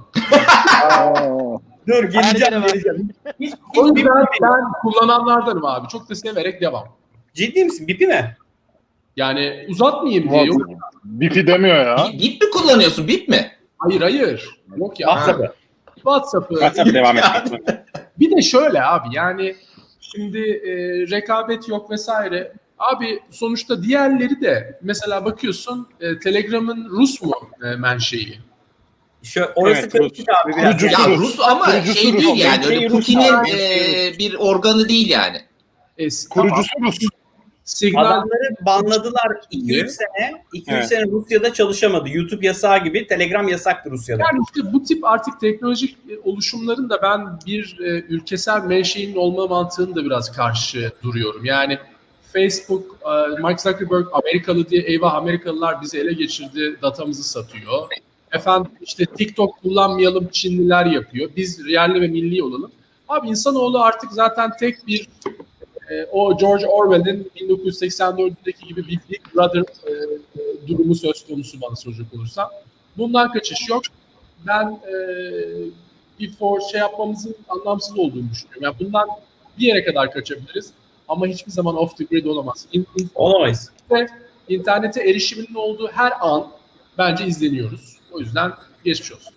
Dur geleceğim Aynen. geleceğim. Hiç, O hiç yüzden bip, ben kullananlardanım abi. Çok da severek devam. ciddi misin? Bipi mi? Yani uzatmayayım diye. Yok. Bipi demiyor ya. Bi- Bip mi kullanıyorsun? Bip mi? Hayır hayır. Yok ya. WhatsApp'ı. WhatsApp'ı. WhatsApp devam etmek. Bir de şöyle abi yani şimdi e, rekabet yok vesaire. Abi sonuçta diğerleri de mesela bakıyorsun e, Telegram'ın Rus mu e, menşei? Şu, orası Evet, kritik abi biraz. Kurucusu Ya Rus. Rus ama Kurucusu şey Rus. değil yani. Öyle Rus. Putin'in Aynen. e, bir organı değil yani. E, tamam. Kurucusu Rus. Signal Adamları banladılar iki üç sene. iki üç Evet. sene Rusya'da çalışamadı. YouTube yasağı gibi. Telegram yasaktı Rusya'da. Yani işte bu tip artık teknolojik oluşumların da ben bir e, ülkesel menşeinin olma mantığını da biraz karşı duruyorum. Yani Facebook, e, Mark Zuckerberg Amerikalı diye eyvah Amerikalılar bizi ele geçirdi, datamızı satıyor. Efendim işte TikTok kullanmayalım, Çinliler yapıyor. Biz yerli ve milli olalım. Abi insanoğlu artık zaten tek bir e, o George Orwell'in bin dokuz yüz seksen dörtteki gibi bir Big Brother e, e, durumu söz konusu bana soracak olursa. Bundan kaçış yok. Ben e, bir for şey yapmamızın anlamsız olduğunu düşünüyorum. Yani bundan bir yere kadar kaçabiliriz ama hiçbir zaman off the grid olamaz. İn, in, Olamayız. internete erişiminin olduğu her an bence izleniyoruz. O yüzden geçmiş olsun.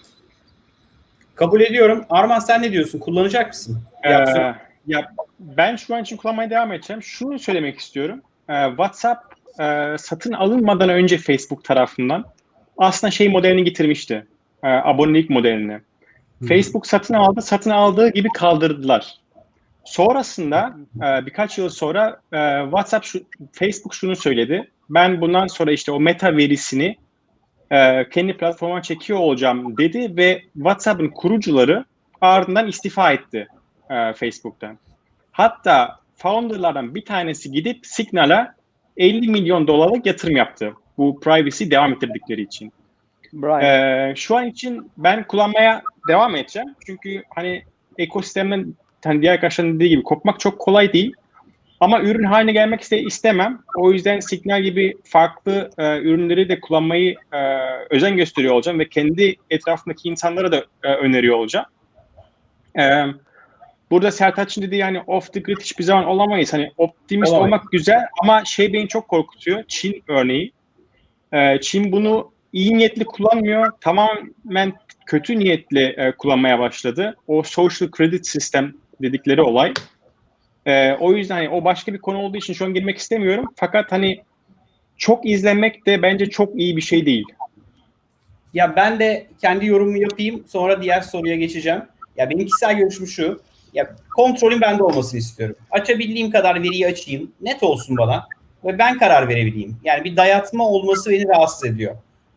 Kabul ediyorum. Arman sen ne diyorsun? Kullanacak mısın? Yapsın. Ee, ya ben şu an için kullanmaya devam edeceğim. Şunu söylemek istiyorum. Ee, WhatsApp e, satın alınmadan önce Facebook tarafından aslında şey modelini getirmişti. E, abonelik modelini. Facebook satın aldı, satın aldığı gibi kaldırdılar. Sonrasında e, birkaç yıl sonra e, WhatsApp şu, Facebook şunu söyledi. Ben bundan sonra işte o meta verisini e, kendi platformuma çekiyor olacağım dedi ve WhatsApp'ın kurucuları ardından istifa etti e, Facebook'tan. Hatta founderlardan bir tanesi gidip Signal'a elli milyon dolarlık yatırım yaptı. Bu privacy devam ettirdikleri için. Brian. Ee, şu an için ben kullanmaya devam edeceğim. Çünkü hani ekosistemden hani diğer arkadaşların dediği gibi kopmak çok kolay değil. Ama ürün haline gelmek iste istemem. O yüzden Signal gibi farklı e, ürünleri de kullanmayı e, özen gösteriyor olacağım ve kendi etrafındaki insanlara da e, öneriyor olacağım. E, burada Sertaç'ın dediği yani off the grid hiçbir zaman olamayız. Hani optimist Olamayız. olmak güzel ama şey beni çok korkutuyor. Çin örneği. E, Çin bunu iyi niyetli kullanmıyor. Tamamen kötü niyetle e, kullanmaya başladı. O social credit system dedikleri olay. E, o yüzden hani, o başka bir konu olduğu için şu an girmek istemiyorum. Fakat hani çok izlenmek de bence çok iyi bir şey değil. Ya ben de kendi yorumumu yapayım. Sonra diğer soruya geçeceğim. Ya benim kişisel görüşüm şu. Ya kontrolün bende olmasını istiyorum. Açabildiğim kadar veriyi açayım. Net olsun bana. Ve ben karar verebileyim. Yani bir dayatma olması beni rahatsız ediyor.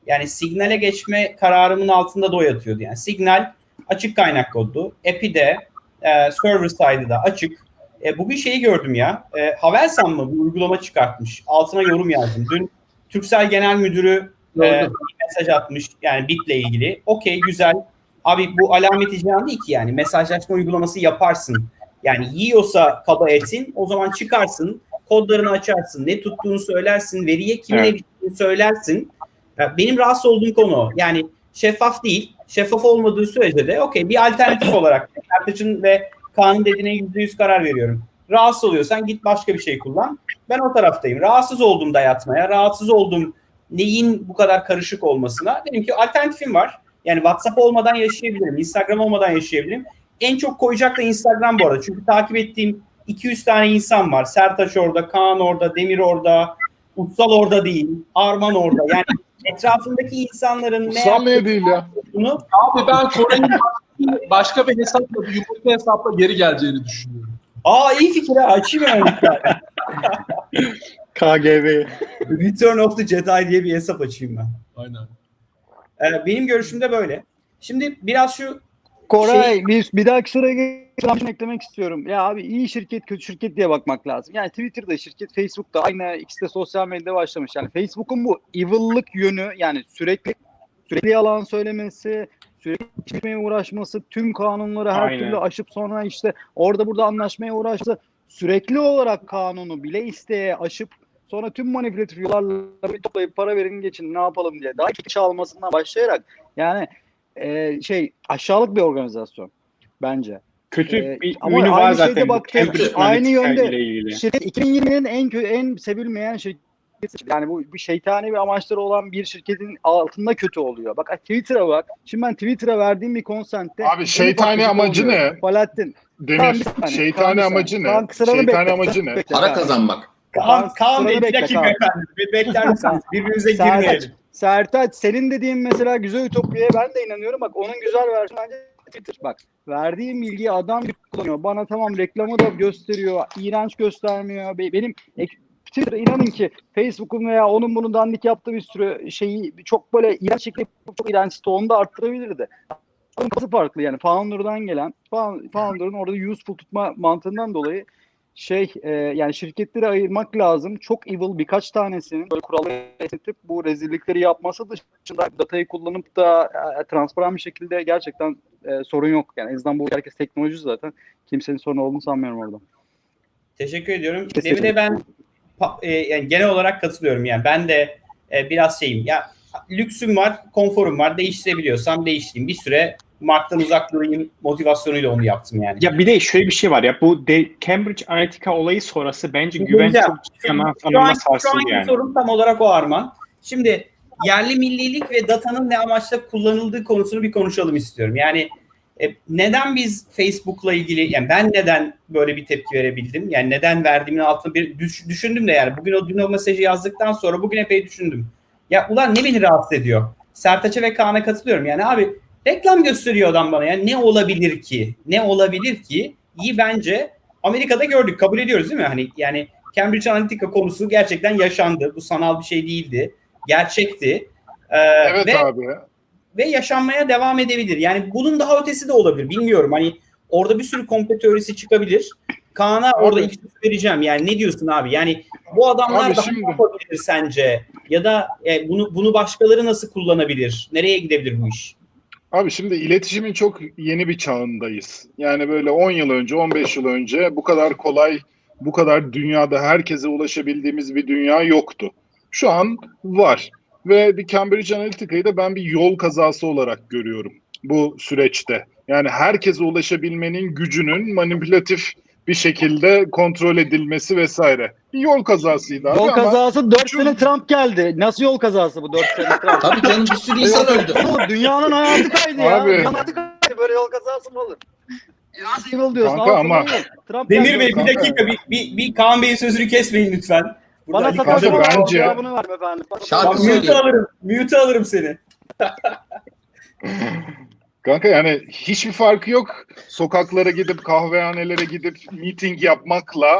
Yani Signal'e geçme kararımın altında da o yatıyordu. Yani Signal açık kaynak kodu. App'i de e, server side'ı da açık. E, bugün şeyi gördüm ya. E, Havelsan mı bir uygulama çıkartmış. Altına yorum yazdım. Dün Turkcell Genel Müdürü e, bir mesaj atmış. Yani Bit'le ilgili. Okey, güzel. Abi bu alameti cihan değil ki yani. Mesajlaşma uygulaması yaparsın. Yani yiyorsa kaba etin, o zaman çıkarsın. Kodlarını açarsın. Ne tuttuğunu söylersin. Veriye kimin Evet. eriştiğini söylersin. Ya benim rahatsız olduğum konu o. Yani şeffaf değil. Şeffaf olmadığı sürece de okey bir alternatif olarak Ertaç'ın ve Kaan'ın dediğine yüzde yüz karar veriyorum. Rahatsız oluyorsan git başka bir şey kullan. Ben o taraftayım. Rahatsız oldum dayatmaya. Rahatsız oldum neyin bu kadar karışık olmasına. Dedim ki alternatifim var. Yani WhatsApp olmadan yaşayabilirim. Instagram olmadan yaşayabilirim. En çok koyacak da Instagram bu arada. Çünkü takip ettiğim iki yüz tane insan var. Sertaç orada, Kaan orada, Demir orada, Utsal orada değil, Arman orada. Yani etrafındaki insanların ne Ussal niye değil ya? yaptığını Abi ben Kore'nin başka bir hesapla, bir yumurta hesapla geri geleceğini düşünüyorum. aa iyi fikir ha, açayım hemen bir tane. K G B. Return of the Jedi diye bir hesap açayım ben. Aynen. Ee, benim görüşümde böyle. Şimdi biraz şu Koray Şey- bir, bir dahaki soruya geçmeden eklemek istiyorum. Ya abi iyi şirket kötü şirket diye bakmak lazım. Yani Twitter'da şirket, Facebook'ta aynı ikisi de sosyal medyada başlamış. Yani Facebook'un bu evil'lık yönü yani sürekli sürekli yalan söylemesi, sürekli çıkmaya uğraşması, tüm kanunları her Aynen. türlü aşıp sonra işte orada burada anlaşmaya uğraşması, sürekli olarak kanunu bile isteye aşıp sonra tüm manipülatif yollarla bir toplayıp para verin geçin ne yapalım diye daha kişi almasından başlayarak yani e, şey aşağılık bir organizasyon bence. Kötü Ee, bir ama ürünü var aynı zaten. şeyde bu baktığım- Cambridge aynı Analytica yönde ile ilgili. Şirket iki bin yirminin en kö- en sevilmeyen şirket. Yani bu bir şeytani bir amaçları olan bir şirketin altında kötü oluyor. Bak Twitter'a bak. Şimdi ben Twitter'a verdiğim bir konsentte Abi şeytani amacı ne? Falahattin. Demir, Tamam, bir saniye. Tamam, şeytani bir amacı saniye. ne? Kaan, sıranı Şeytani bekle. amacı ne? Bekle, Para Kaan. kazanmak. Kaan, Kaan Bey sıranı bir bekle, dakika Kaan. efendim. Bir bekler misiniz? Birbirimize Sertaç, girmeyelim. Sertaç senin dediğin mesela güzel ütopyaya ben de inanıyorum. Bak onun güzel versiyonu bence Twitter. Bak verdiğim bilgiyi adam kullanıyor. Bana tamam reklamı da gösteriyor. İğrenç göstermiyor. Be- Benim ek- Twitter inanın ki Facebook'un veya onun bunun dandik yaptığı bir sürü şeyi çok böyle iğrenç şekilde çok iğrenç tonunu da arttırabilirdi. Onun kafası farklı yani. Founder'dan gelen Founder'ın orada useful tutma mantığından dolayı şey e, yani şirketleri ayırmak lazım. Çok evil birkaç tanesinin böyle kuralları esnetip bu rezillikleri yapması dışında datayı kullanıp da e, transparan bir şekilde gerçekten e, sorun yok. Yani en azından bu herkes teknoloji zaten. Kimsenin sorun olduğunu sanmıyorum orada. Teşekkür ediyorum. Kesinlikle. Demir'e ben pa- e, yani genel olarak katılıyorum. Yani ben de e, biraz şeyim. Ya lüksüm var, konforum var. Değiştirebiliyorsam değiştireyim. Bir süre marktan uzak durayım motivasyonuyla onu yaptım yani. Ya bir de şöyle bir şey var ya bu de Cambridge Analytica olayı sonrası bence güven Güzel. çok ciddi ama Şu an, anlamda şu sarsıldı anki yani. sorun tam olarak o Arman. Şimdi yerli millilik ve datanın ne amaçla kullanıldığı konusunu bir konuşalım istiyorum. Yani e, neden biz Facebook'la ilgili, yani ben neden böyle bir tepki verebildim? Yani neden verdiğimin altını bir düş, düşündüm de yani bugün o dün o mesajı yazdıktan sonra bugün epey düşündüm. Ya ulan ne beni rahatsız ediyor? Sertaç'a ve Kaan'a katılıyorum. Yani abi reklam gösteriyor adam bana. Yani ne olabilir ki? Ne olabilir ki? İyi bence Amerika'da gördük. Kabul ediyoruz değil mi? Hani yani Cambridge Analytica konusu gerçekten yaşandı. Bu sanal bir şey değildi. Gerçekti. Ee, Evet ve, abi. ve yaşanmaya devam edebilir. Yani bunun daha ötesi de olabilir. Bilmiyorum. Hani orada bir sürü komplo teorisi çıkabilir. Kaan'a orada ilk söz vereceğim. Yani ne diyorsun abi? Yani bu adamlar Abi daha şimdi- ne yapabilir sence? Ya da e, bunu bunu başkaları nasıl kullanabilir? Nereye gidebilir bu iş? Abi şimdi iletişimin çok yeni bir çağındayız. Yani böyle on yıl önce, on beş yıl önce bu kadar kolay, bu kadar dünyada herkese ulaşabildiğimiz bir dünya yoktu. Şu an var. Ve bir Cambridge Analytica'yı da ben bir yol kazası olarak görüyorum bu süreçte. Yani herkese ulaşabilmenin gücünün manipülatif bir şekilde kontrol edilmesi vesaire. Bir yol kazasıydı abi Yol ama kazası dört şu- sene Trump geldi. Nasıl yol kazası bu dört sene Trump? Tabii canım bir sürü insan öldü. Oğlum, dünyanın hayatı kaydı ya. Abi. Dünyanın hayatı kaydı. Böyle yol kazası mı olur? Nasıl yol diyorsun? Kanka Al ama- sana yol. Trump Demir geldi. Bey bir kanka. dakika bir, bir, bir Kaan Bey'in sözünü kesmeyin lütfen. Burada Bana Ali sakal Kaan- Kanka, sorun bence- cevabını verme efendim. Bana Şarkı Bak, sakal- söyle. mute alırım. Mute alırım seni. Kanka yani hiçbir farkı yok. Sokaklara gidip kahvehanelere gidip meeting yapmakla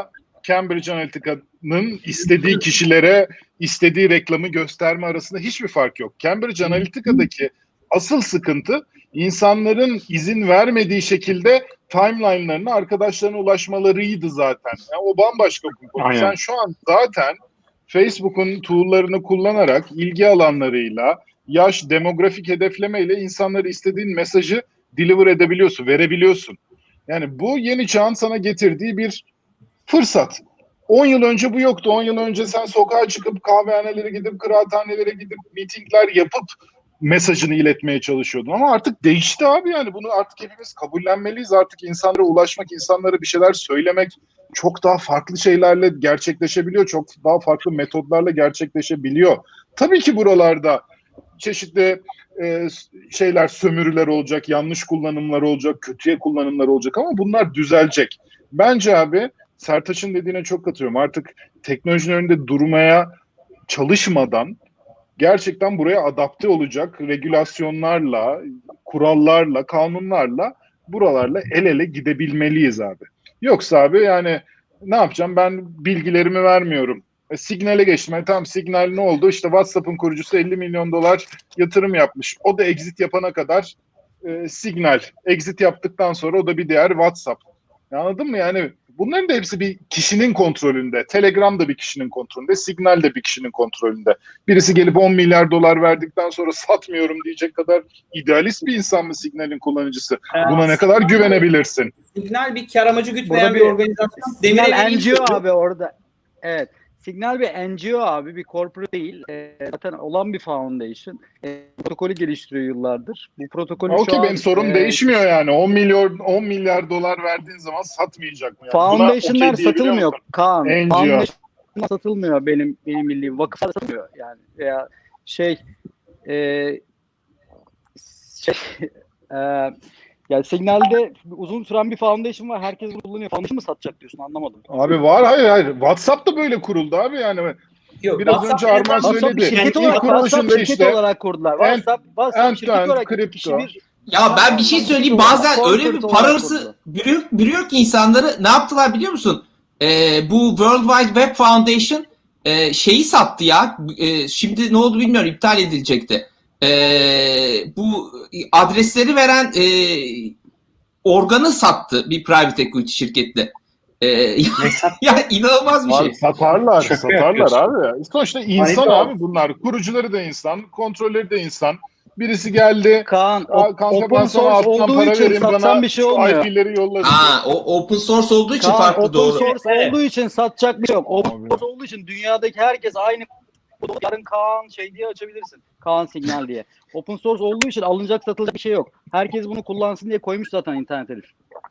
Cambridge Analytica'nın istediği kişilere istediği reklamı gösterme arasında hiçbir fark yok. Cambridge Analytica'daki asıl sıkıntı insanların izin vermediği şekilde timeline'larına arkadaşlarına ulaşmalarıydı zaten. Yani o bambaşka bir konu. Aynen. Sen şu an zaten Facebook'un tool'larını kullanarak ilgi alanlarıyla, yaş, demografik hedeflemeyle insanlara istediğin mesajı deliver edebiliyorsun, verebiliyorsun. Yani bu yeni çağın sana getirdiği bir fırsat. on yıl önce bu yoktu. on yıl önce sen sokağa çıkıp kahvehanelere gidip, kıraathanelere gidip mitingler yapıp mesajını iletmeye çalışıyordun. Ama artık değişti abi yani. Bunu artık hepimiz kabullenmeliyiz. Artık insanlara ulaşmak, insanlara bir şeyler söylemek çok daha farklı şeylerle gerçekleşebiliyor. Çok daha farklı metodlarla gerçekleşebiliyor. Tabii ki buralarda çeşitli e, şeyler, sömürüler olacak, yanlış kullanımlar olacak, kötüye kullanımlar olacak ama bunlar düzelecek. Bence abi Sertaç'ın dediğine çok katılıyorum. Artık teknolojinin önünde durmaya çalışmadan gerçekten buraya adapte olacak regülasyonlarla, kurallarla, kanunlarla buralarla el ele gidebilmeliyiz abi. Yoksa abi yani ne yapacağım? Ben bilgilerimi vermiyorum. E, Signal'e geçtim. Yani tamam, Signal ne oldu? İşte WhatsApp'ın kurucusu elli milyon dolar yatırım yapmış. O da exit yapana kadar e, Signal. Exit yaptıktan sonra o da bir diğer WhatsApp. Ya anladın mı? Yani bunların da hepsi bir kişinin kontrolünde. Telegram da bir kişinin kontrolünde. Signal de bir kişinin kontrolünde. Birisi gelip on milyar dolar verdikten sonra satmıyorum diyecek kadar idealist bir insan mı Signal'in kullanıcısı? Buna ne kadar güvenebilirsin? Signal bir kar amacı gütmeyen Burada bir bir- organizasyon. Signal Demirel'in N G O sözü. abi orada. Evet. Signal bir N G O abi, bir corporate değil. E, zaten olan bir foundation. E, protokolü geliştiriyor yıllardır. Bu protokolü şu Okey, an... benim sorum e, değişmiyor yani. on milyon on milyar dolar verdiğin zaman satmayacak mı? Yani? Buna Foundation'lar okey diyebiliyor satılmıyor musun? Kaan. N G O. Foundation'lar satılmıyor benim benim bildiğim. Vakıflar satılmıyor yani. Veya şey e, şey e, yani Signal'de uzun süren bir foundation var. Herkes bunu kullanıyor. Foundation mı satacak diyorsun? Anlamadım. Abi var, hayır hayır. WhatsApp da böyle kuruldu abi yani. Yok, Biraz WhatsApp önce Arman WhatsApp söyledi. WhatsApp bir şirket İlk olarak, kuruluşunda WhatsApp şirket işte olarak kurdular. end- WhatsApp, WhatsApp end-to-end şirket olarak kripto. kişi bir Ya ben bir şey söyleyeyim. Bazen öyle bir parası bürüyor, bürüyor ki insanları, ne yaptılar biliyor musun? Ee, bu World Wide Web Foundation e, şeyi sattı ya. E, şimdi ne oldu bilmiyorum. İptal edilecekti. E, bu adresleri veren e, organı sattı bir private equity şirketle. E, ya, ya inanılmaz bir şey. Abi satarlar, Şaka satarlar yapıyorsun. abi. Sonuçta insan Manita. abi bunlar. Kurucuları da insan, kontrolleri de insan. Birisi geldi, Kaan, "Aa, kanka ben open sana source alttan olduğu para için vereyim, satsan bana bir şey şu olmuyor. I P'leri yolla." Ha, o open source olduğu için Kaan, farklı, open doğru. source Evet. olduğu için satacak bir şey yok. Open Abi. source olduğu için dünyadaki herkes aynı. Yarın Kaan şey diye açabilirsin. Kaan Signal diye. Open source olduğu için alınacak satılacak bir şey yok. Herkes bunu kullansın diye koymuş zaten internet herif.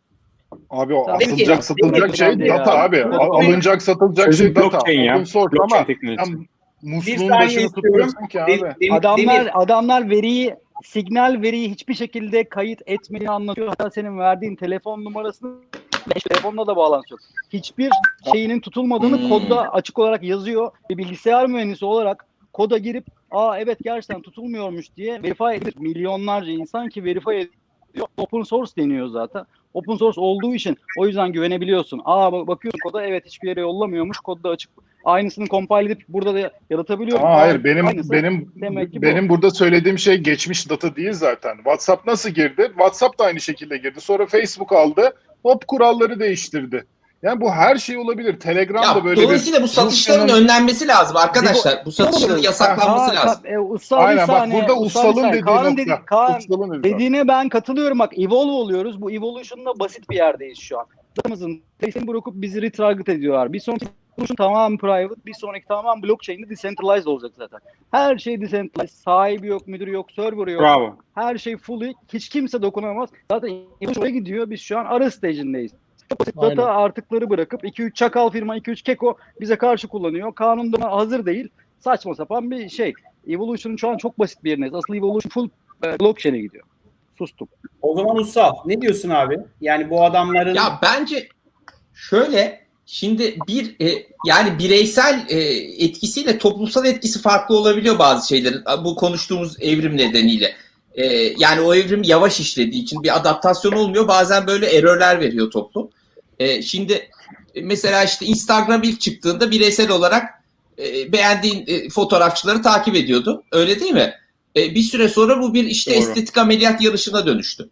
Abi o Peki, atılacak satılacak peki, şey peki data ya. abi. Peki. Al- Alınacak satılacak Sözüm şey data. blockchain ya. Open source Blockchain ama teknolojisi. sen Bir musluğun saniye başını istiyorum. tutuyorsun ki abi. Dem- Demir- Adamlar Demir- adamlar veriyi, signal veriyi hiçbir şekilde kayıt etmediğini anlatıyor. Hatta senin verdiğin telefon numarasını telefonla da bağlantı yok. Hiçbir şeyinin tutulmadığını Hmm. kodda açık olarak yazıyor. Bir bilgisayar mühendisi olarak koda girip aa evet gerçekten tutulmuyormuş diye verify edip milyonlarca insan ki verify ediyor. Open source deniyor zaten. Open source olduğu için o yüzden güvenebiliyorsun. Aa bak- bakıyorsun koda, evet hiçbir yere yollamıyormuş. Kodda açık. Aynısını compile edip burada da yaratabiliyorum. Ama Aa, hayır, benim aynısı. benim Demek ki bu. benim burada söylediğim şey geçmiş data değil zaten. WhatsApp nasıl girdi? WhatsApp da aynı şekilde girdi. Sonra Facebook aldı. Hop kuralları değiştirdi. Yani bu her şey olabilir. Telegram Ya, da böyle dolayısıyla bu satışların Rusya'nın- önlenmesi lazım arkadaşlar. Bu satışların yasaklanması Ka- lazım. ka- e, Ussal Aynen bir bak, saniye, burada Ussal bir Ussal'ın saniye. dediği Kaan'ın nokta. dedi- Kaan Ussal'ın dediği nokta. dediğine ben katılıyorum. Bak evolve oluyoruz. Bu evolution'da basit bir yerdeyiz şu an. Adamımızın tesisini bırakıp bizi retarget ediyorlar. Bir sonraki evolution tamamen private, bir sonraki tamamen blockchain'de decentralized olacak zaten. Her şey decentralized. Sahibi yok, müdürü yok, server'ı yok. Bravo. Her şey fully. Hiç kimse dokunamaz. Zaten evolution oraya gidiyor. Biz şu an ara stage'indeyiz. Çok basit Aynen. data artıkları bırakıp iki üç çakal firma, iki üç keko bize karşı kullanıyor. Kanunda hazır değil. Saçma sapan bir şey. Evolution'un şu an çok basit bir yerindeyiz. Asıl Evolution full e, blockchain'e gidiyor. Sustum. O zaman Ussal ne diyorsun abi? Yani bu adamların Ya bence şöyle, şimdi bir e, yani bireysel e, etkisiyle toplumsal etkisi farklı olabiliyor bazı şeylerin. Bu konuştuğumuz evrim nedeniyle. E, yani o evrim yavaş işlediği için bir adaptasyon olmuyor. Bazen böyle error'ler veriyor toplum. E, şimdi E, mesela işte Instagram ilk çıktığında bireysel olarak e, beğendiğin e, fotoğrafçıları takip ediyordu. Öyle değil mi? E, bir süre sonra bu bir işte Doğru. estetik ameliyat yarışına dönüştü.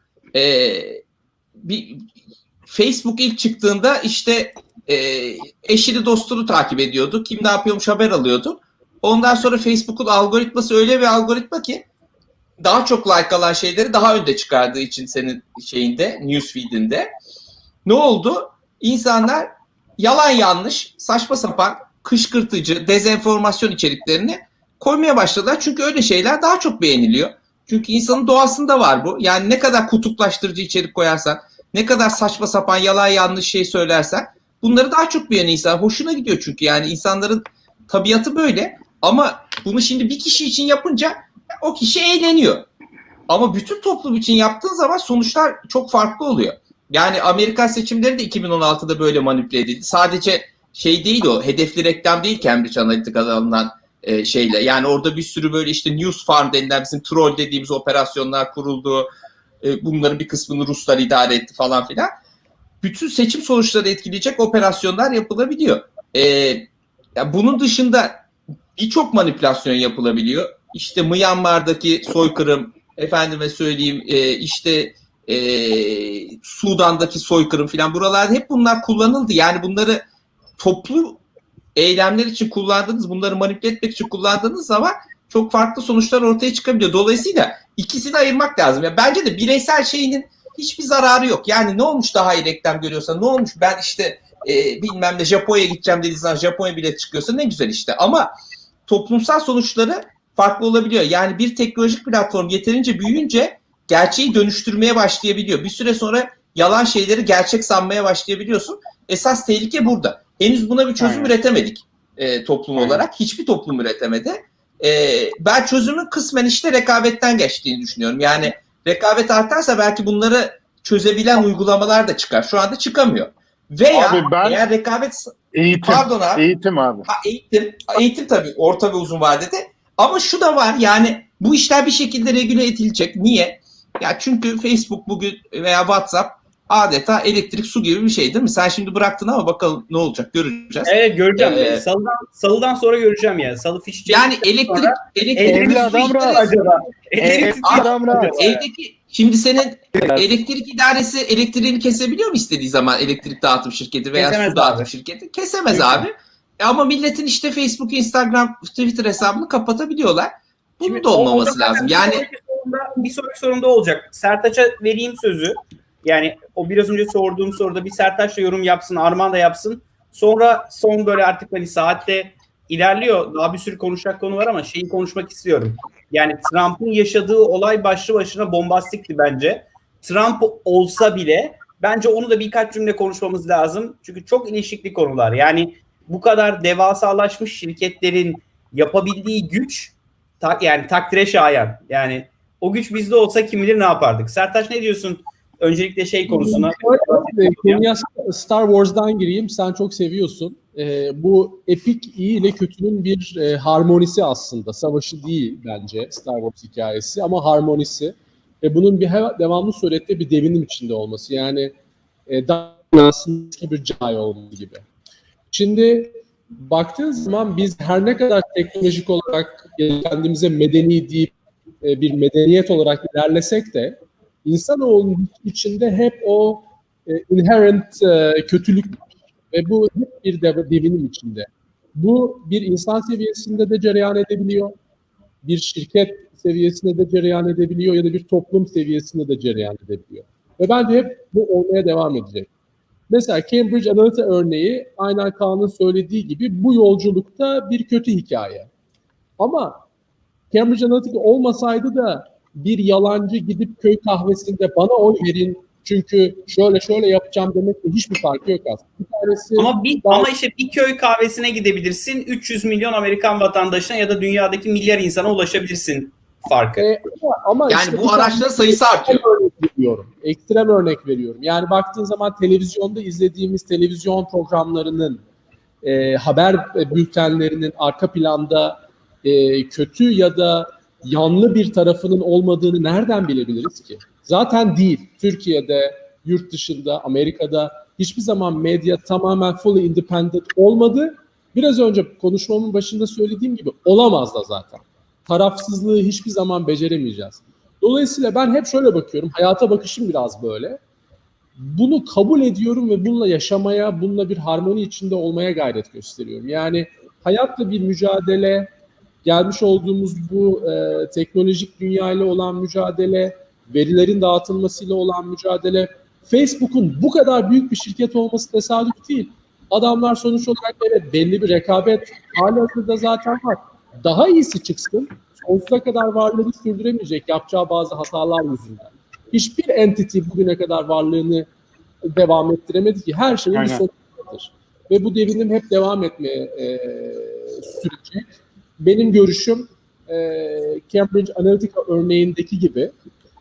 E, bir Facebook ilk çıktığında işte e, eşini dostunu takip ediyordu. Kim ne yapıyormuş haber alıyordu. Ondan sonra Facebook'un algoritması öyle bir algoritma ki daha çok like alan şeyleri daha önde çıkardığı için senin şeyinde, newsfeed'inde. Ne oldu? İnsanlar yalan yanlış, saçma sapan, kışkırtıcı, dezenformasyon içeriklerini koymaya başladılar. Çünkü öyle şeyler daha çok beğeniliyor. Çünkü insanın doğasında var bu. Yani ne kadar kutuplaştırıcı içerik koyarsan, ne kadar saçma sapan yalan yanlış şey söylersen bunları daha çok beğenen insan. Hoşuna gidiyor çünkü yani insanların tabiatı böyle. Ama bunu şimdi bir kişi için yapınca o kişi eğleniyor. Ama bütün toplum için yaptığın zaman sonuçlar çok farklı oluyor. Yani Amerikan seçimleri de iki bin on altıda böyle manipüle edildi. Sadece şey değil o, hedefli reklam değil Cambridge Analytica'da alınan e, şeyle. Yani orada bir sürü böyle işte News Farm denilen bizim troll dediğimiz operasyonlar kuruldu. E, bunların bir kısmını Ruslar idare etti falan filan. Bütün seçim sonuçları etkileyecek operasyonlar yapılabiliyor. E, ya bunun dışında birçok manipülasyon yapılabiliyor. İşte Myanmar'daki soykırım, efendime söyleyeyim e, işte e, Sudan'daki soykırım filan buralarda hep bunlar kullanıldı. Yani bunları toplu eylemler için kullandığınız, bunları manipüle etmek için kullandığınız zaman çok farklı sonuçlar ortaya çıkabiliyor. Dolayısıyla ikisini ayırmak lazım. Ya bence de bireysel şeyinin hiçbir zararı yok. Yani ne olmuş daha iyi reklam görüyorsa, ne olmuş ben işte e, bilmem ne Japonya'ya gideceğim dediğiniz zaman Japonya bilet çıkıyorsa ne güzel işte. Ama toplumsal sonuçları farklı olabiliyor. Yani bir teknolojik platform yeterince büyüyünce gerçeği dönüştürmeye başlayabiliyor. Bir süre sonra yalan şeyleri gerçek sanmaya başlayabiliyorsun. Esas tehlike burada. Henüz buna bir çözüm Aynen. üretemedik e, toplum Aynen. olarak. Hiçbir toplum üretemedi. E, ben çözümün kısmen işte rekabetten geçtiğini düşünüyorum. Yani rekabet artarsa belki bunları çözebilen uygulamalar da çıkar. Şu anda çıkamıyor. Veya Abi ben- eğer rekabet... Eğitim. Pardon abi. Eğitim abi. Ha, eğitim, eğitim tabii orta ve uzun vadede. Ama şu da var yani bu işler bir şekilde regüle edilecek. Niye? Ya çünkü Facebook bugün veya WhatsApp adeta elektrik su gibi bir şey değil mi? Sen şimdi bıraktın ama bakalım ne olacak göreceğiz. Evet göreceğim. Ee, salıdan, salıdan sonra göreceğim ya. Salı fiş çektikten Yani elektrik sonra elektrik evli su adam işleri- rahat. acaba? Elektrik Evet, tutuyor adam mu rahat. acaba? Evdeki şimdi senin Evet. elektrik idaresi elektriğini kesebiliyor mu istediği zaman elektrik dağıtım şirketi veya Kesemez su dağıtım abi. şirketi? Kesemez Mümkün. abi. E ama milletin işte Facebook, Instagram, Twitter hesabını kapatabiliyorlar. Bunun Şimdi da o- olmaması orada zaten lazım. bir Yani sonraki sorumda, bir sonraki sorumda olacak. Sertaç'a vereyim sözü. Yani o biraz önce sorduğum soruda bir Sertaç da yorum yapsın, Arman da yapsın. Sonra son böyle artık hani saatte ilerliyor. Daha bir sürü konuşacak konu var ama şeyi konuşmak istiyorum. Yani Trump'ın yaşadığı olay başlı başına bombastikti bence. Trump olsa bile bence onu da birkaç cümle konuşmamız lazım. Çünkü çok ilişkili konular. Yani bu kadar devasalaşmış şirketlerin yapabildiği güç ta, yani takdire şayan. Yani o güç bizde olsa kim bilir ne yapardık. Sertaç ne diyorsun? Öncelikle şey konusuna. Şöyle, konuya Star Wars'dan gireyim. Sen çok seviyorsun. Ee, bu epik iyi ile kötünün bir e, harmonisi aslında. Savaşı değil bence Star Wars hikayesi ama harmonisi. Ve bunun bir he- devamlı surette bir devinim içinde olması. Yani e, Darkness'ın eski bir Jedi olması gibi. Şimdi baktığın zaman biz her ne kadar teknolojik olarak e, kendimize medeni deyip e, bir medeniyet olarak ilerlesek de insanoğlunun içinde hep o e, inherent e, kötülük var. Ve bu hep bir dev- devinim içinde. Bu bir insan seviyesinde de cereyan edebiliyor. Bir şirket seviyesinde de cereyan edebiliyor ya da bir toplum seviyesinde de cereyan edebiliyor. Ve bence hep bu olmaya devam edecek. Mesela Cambridge Analytica örneği aynen Kaan'ın söylediği gibi bu yolculukta bir kötü hikaye. Ama Cambridge Analytica olmasaydı da bir yalancı gidip köy kahvesinde bana oy verin çünkü şöyle şöyle yapacağım demekle hiçbir farkı yok aslında. Bir tanesi Ama bir daha- ama işte bir köy kahvesine gidebilirsin. üç yüz milyon Amerikan vatandaşına ya da dünyadaki milyar insana ulaşabilirsin farkı. E, ama, ama yani işte bu bir tane araçların sayısı artıyor. ekstrem örnek veriyorum. Ekstrem örnek veriyorum. Yani baktığın zaman televizyonda izlediğimiz televizyon programlarının e, haber bültenlerinin arka planda e, kötü ya da yanlı bir tarafının olmadığını nereden bilebiliriz ki? Zaten değil. Türkiye'de, yurt dışında, Amerika'da hiçbir zaman medya tamamen fully independent olmadı. Biraz önce konuşmamın başında söylediğim gibi olamaz da zaten. Tarafsızlığı hiçbir zaman beceremeyeceğiz. Dolayısıyla ben hep şöyle bakıyorum. Hayata bakışım biraz böyle. Bunu kabul ediyorum ve bununla yaşamaya, bununla bir harmoni içinde olmaya gayret gösteriyorum. Yani hayatla bir mücadele, gelmiş olduğumuz bu e, teknolojik dünyayla olan mücadele, verilerin dağıtılmasıyla olan mücadele, Facebook'un bu kadar büyük bir şirket olması tesadüf değil. Adamlar sonuç olarak evet belli bir rekabet halihazırda zaten var. Daha iyisi çıksın, sonsuza kadar varlığını sürdüremeyecek yapacağı bazı hatalar yüzünden. Hiçbir entity bugüne kadar varlığını devam ettiremedi ki. Her şeyin Aynen. bir sonu vardır. Ve bu devinim hep devam etmeye e, sürecek. Benim görüşüm e, Cambridge Analytica örneğindeki gibi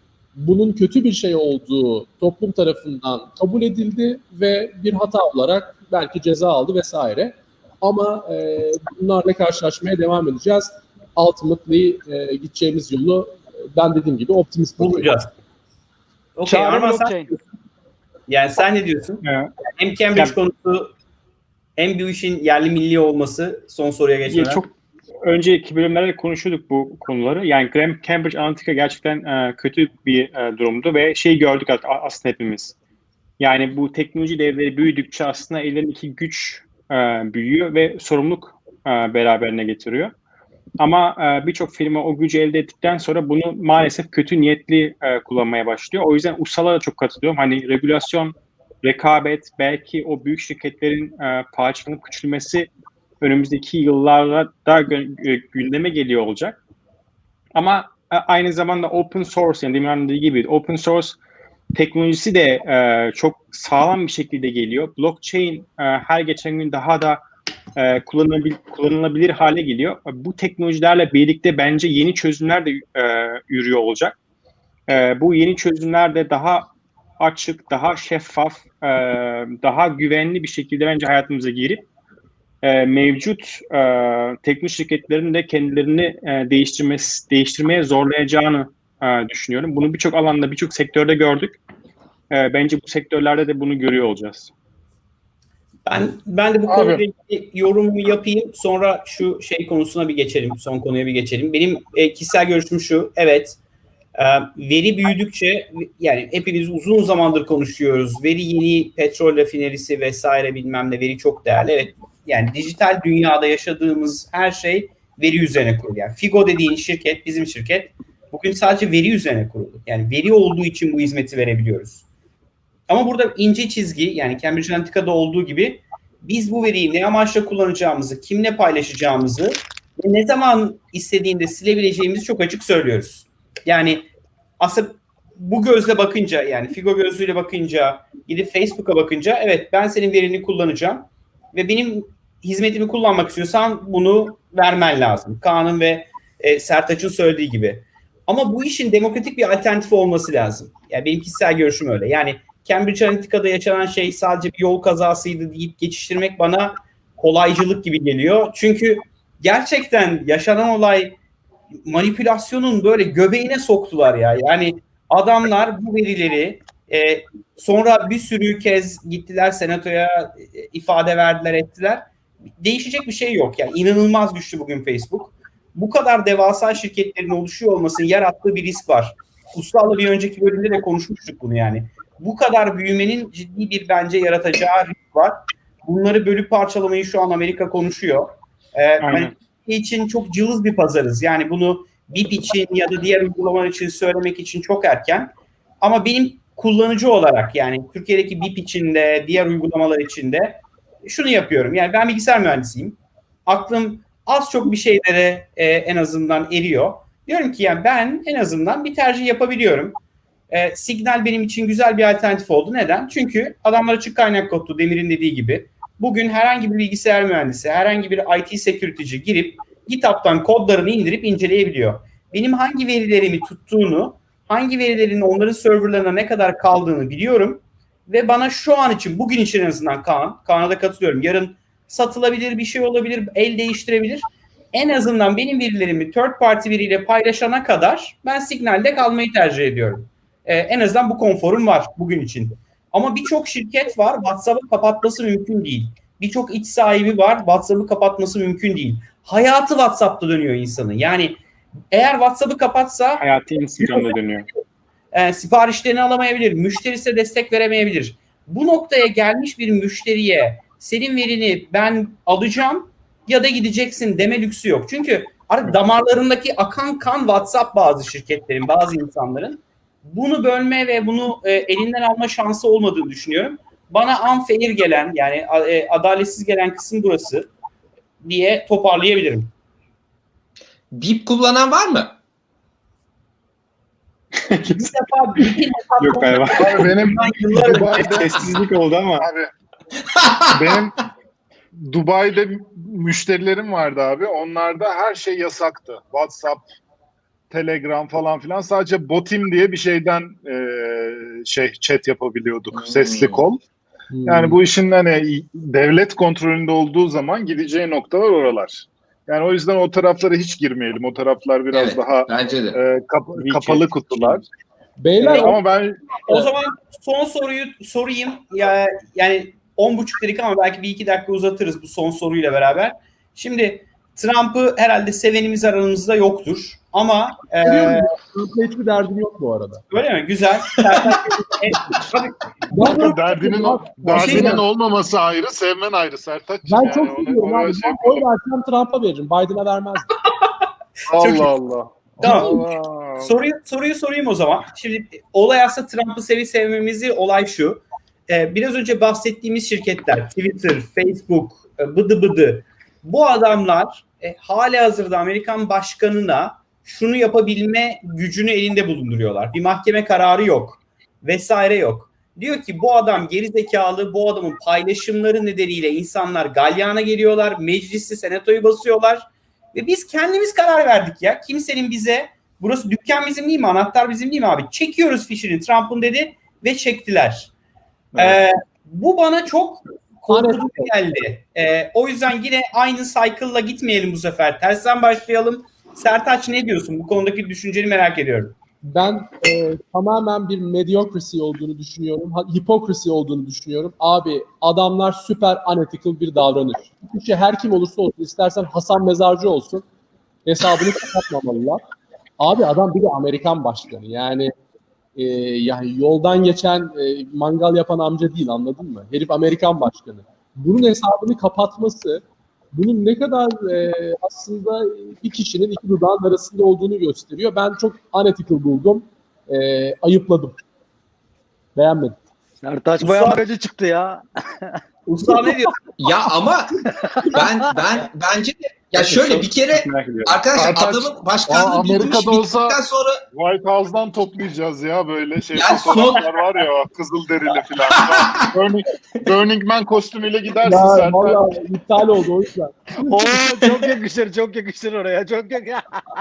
bunun kötü bir şey olduğu toplum tarafından kabul edildi ve bir hata olarak belki ceza aldı vesaire. Ama e, bunlarla karşılaşmaya devam edeceğiz. Ultimately e, gideceğimiz yolu ben dediğim gibi optimist Bulacağız. Okay, Çağrı Arman sen, blockchain. yani sen ne diyorsun? Evet. Hem Cambridge Ya- konusu hem bu işin yerli milli olması, son soruya Ya geçmeden. çok önceki bölümlerde konuşuyorduk bu konuları. Yani Graham- Cambridge Analytica gerçekten e, kötü bir e, durumdu ve şey gördük a- aslında hepimiz. Yani bu teknoloji devleri büyüdükçe aslında ellerindeki güç e, büyüyor ve sorumluluk e, beraberine getiriyor. Ama e, birçok firma o gücü elde ettikten sonra bunu maalesef kötü niyetli e, kullanmaya başlıyor. O yüzden ustalara da çok katılıyorum. Hani regülasyon, rekabet, belki o büyük şirketlerin e, parçalanıp küçülmesi önümüzdeki yıllarda da gö- e, gündeme geliyor olacak. Ama e, aynı zamanda open source, yani demin dediği gibi open source teknolojisi de e, çok sağlam bir şekilde geliyor. Blockchain e, her geçen gün daha da e, kullanılabil, kullanılabilir hale geliyor. Bu teknolojilerle birlikte bence yeni çözümler de e, yürüyor olacak. E, bu yeni çözümler de daha açık, daha şeffaf, e, daha güvenli bir şekilde bence hayatımıza girip e, mevcut e, teknoloji şirketlerinin de kendilerini e, değiştirmesi, değiştirmeye zorlayacağını e, düşünüyorum. Bunu birçok alanda, birçok sektörde gördük. E, bence bu sektörlerde de bunu görüyor olacağız. Ben ben de bu Abi. konuyla ilgili yorumumu yapayım. Sonra şu şey konusuna bir geçelim. Son konuya bir geçelim. Benim e, kişisel görüşüm şu. Evet. e, veri büyüdükçe, yani hepimiz uzun zamandır konuşuyoruz. Veri yeni petrol rafinerisi vesaire bilmem ne, veri çok değerli. Evet. Yani dijital dünyada yaşadığımız her şey veri üzerine kurulu. Yani Figo dediğin şirket, bizim şirket, bugün sadece veri üzerine kurulu. Yani veri olduğu için bu hizmeti verebiliyoruz. Ama burada ince çizgi, yani Cambridge Analytica'da olduğu gibi biz bu veriyi ne amaçla kullanacağımızı, kimle paylaşacağımızı ve ne zaman istediğinde silebileceğimizi çok açık söylüyoruz. Yani aslında bu gözle bakınca, yani Figo gözüyle bakınca, gidip Facebook'a bakınca evet ben senin verini kullanacağım ve benim hizmetimi kullanmak istiyorsan bunu vermen lazım. Kaan'ın ve e, Sertaç'ın söylediği gibi. Ama bu işin demokratik bir alternatifi olması lazım. Yani benim kişisel görüşüm öyle. Yani Cambridge Analytica'da yaşanan şey sadece bir yol kazasıydı deyip geçiştirmek bana kolaycılık gibi geliyor. Çünkü gerçekten yaşanan olay manipülasyonun böyle göbeğine soktular ya. Yani adamlar bu verileri e, sonra bir sürü kez gittiler senatoya, e, ifade verdiler, ettiler. Değişecek bir şey yok. Yani inanılmaz güçlü bugün Facebook. Bu kadar devasa şirketlerin oluşuyor olmasının yarattığı bir risk var. Usta'la bir önceki bölümde de konuşmuştuk bunu yani. Bu kadar büyümenin ciddi bir bence yaratacağı risk var. Bunları bölüp parçalamayı şu an Amerika konuşuyor. Ee, hani için çok cılız bir pazarız. Yani bunu B I P için ya da diğer uygulamalar için söylemek için çok erken. Ama benim kullanıcı olarak, yani Türkiye'deki B I P için de diğer uygulamalar için de şunu yapıyorum. Yani ben bilgisayar mühendisiyim. Aklım az çok bir şeylere e, en azından eriyor. Diyorum ki yani ben en azından bir tercih yapabiliyorum. E, Signal benim için güzel bir alternatif oldu. Neden? Çünkü adamlar açık kaynak kodlu, Demir'in dediği gibi. Bugün herhangi bir bilgisayar mühendisi, herhangi bir I T security'ci girip GitHub'tan kodlarını indirip inceleyebiliyor. Benim hangi verilerimi tuttuğunu, hangi verilerin onların serverlarına ne kadar kaldığını biliyorum. Ve bana şu an için, bugün için en azından Kaan, Kaan'a da katılıyorum. Yarın satılabilir, bir şey olabilir, el değiştirebilir. En azından benim verilerimi third party biriyle paylaşana kadar ben Signal'de kalmayı tercih ediyorum. Ee, en azından bu konforum var bugün için. Ama birçok şirket var, WhatsApp'ı kapatması mümkün değil. Birçok iç sahibi var, WhatsApp'ı kapatması mümkün değil. Hayatı WhatsApp'ta dönüyor insanın. Yani eğer WhatsApp'ı kapatsa Hayatı Instagram'da dönüyor. e, siparişlerini alamayabilir, müşterisine destek veremeyebilir. Bu noktaya gelmiş bir müşteriye senin verini ben alacağım ya da gideceksin deme lüksü yok. Çünkü artık damarlarındaki akan kan WhatsApp bazı şirketlerin, bazı insanların. Bunu bölme ve bunu e, elinden alma şansı olmadığını düşünüyorum. Bana unfair gelen, yani e, adaletsiz gelen kısım burası diye toparlayabilirim. Bip kullanan var mı? Bir defa bir defa Yok galiba. Abi benim yıllar önce Dubai'de, Sessizlik oldu ama. abi benim Dubai'de müşterilerim vardı abi. Onlarda her şey yasaktı. WhatsApp, Telegram falan filan. Sadece Botim diye bir şeyden e, şey chat yapabiliyorduk. Hmm. Sesli kol. Yani bu işin hani devlet kontrolünde olduğu zaman gideceği noktalar oralar. Yani o yüzden o taraflara hiç girmeyelim. O taraflar biraz Evet, daha bence de. e, kap- kapalı kutular. Beyler E, ama ben O zaman son soruyu sorayım. Ya, yani on buçuk dedik ama belki bir iki dakika uzatırız bu son soruyla beraber. Şimdi Trump'ı herhalde sevenimiz aramızda yoktur. Ama e, Trump'la hiçbir derdim yok bu arada. öyle mi? Güzel. E, tabii, Bakın derdinin, derdinin şey- olmaması ayrı, sevmen ayrı Sertaç. Ben Yani çok onu- seviyorum ona abi. şey Ben oy yapalım. versem Trump'a veririm. Biden'a vermezdim. Çok iyi. Allah Allah. Tamam. Allah. Soruyu, soruyu sorayım o zaman. Şimdi olay aslında Trump'ı sevip sevmemizi olay şu. Ee, biraz önce bahsettiğimiz şirketler, Twitter, Facebook, e, bıdı bıdı. Bu adamlar e, halihazırda Amerikan başkanına şunu yapabilme gücünü elinde bulunduruyorlar. Bir mahkeme kararı yok. Vesaire yok. Diyor ki bu adam gerizekalı, bu adamın paylaşımları nedeniyle insanlar galyana geliyorlar, meclisi, senatoyu basıyorlar. Ve biz kendimiz karar verdik ya. Kimsenin bize, burası dükkan bizim değil mi? Anahtar bizim değil mi abi? Çekiyoruz fişini Trump'ın dedi ve çektiler. Evet. Ee, bu bana çok korkutucu geldi. Ee, o yüzden yine aynı cycle'la gitmeyelim bu sefer. Tersten başlayalım. Sertaç ne diyorsun? Bu konudaki düşünceni merak ediyorum. Ben e, tamamen bir mediocracy olduğunu düşünüyorum. Ha, hypocrisy olduğunu düşünüyorum. Abi adamlar süper unethical bir davranış. Bu şey her kim olursa olsun, istersen Hasan Mezarcı olsun, hesabını kapatmamalılar. Abi adam bir de Amerikan başkanı. Yani e, yani yoldan geçen e, mangal yapan amca değil, anladın mı? Herif Amerikan başkanı. Bunun hesabını kapatması, bunun ne kadar e, aslında bir kişinin iki dudağın arasında olduğunu gösteriyor. Ben çok unethical buldum. E, ayıpladım. Beğenmedim. Sertaç Usta- bayağı bagajı çıktı ya. Usta ne diyorsun? Ya ama ben ben bence de ya şöyle bir kere Merak ediyorum. arkadaşlar Sertaç, adamın başkanlığı Aa, bitmiş, Amerika'da olsa- bittikten sonra White House'dan toplayacağız ya böyle şey Yani son- fotoğraflar var ya kızıl derili falan. Burning, Burning Man kostümüyle gidersin Ya sen. vallahi iptal oldu o yüzden. Oo çok yakışır, çok yakışır oraya. Çok yakışır.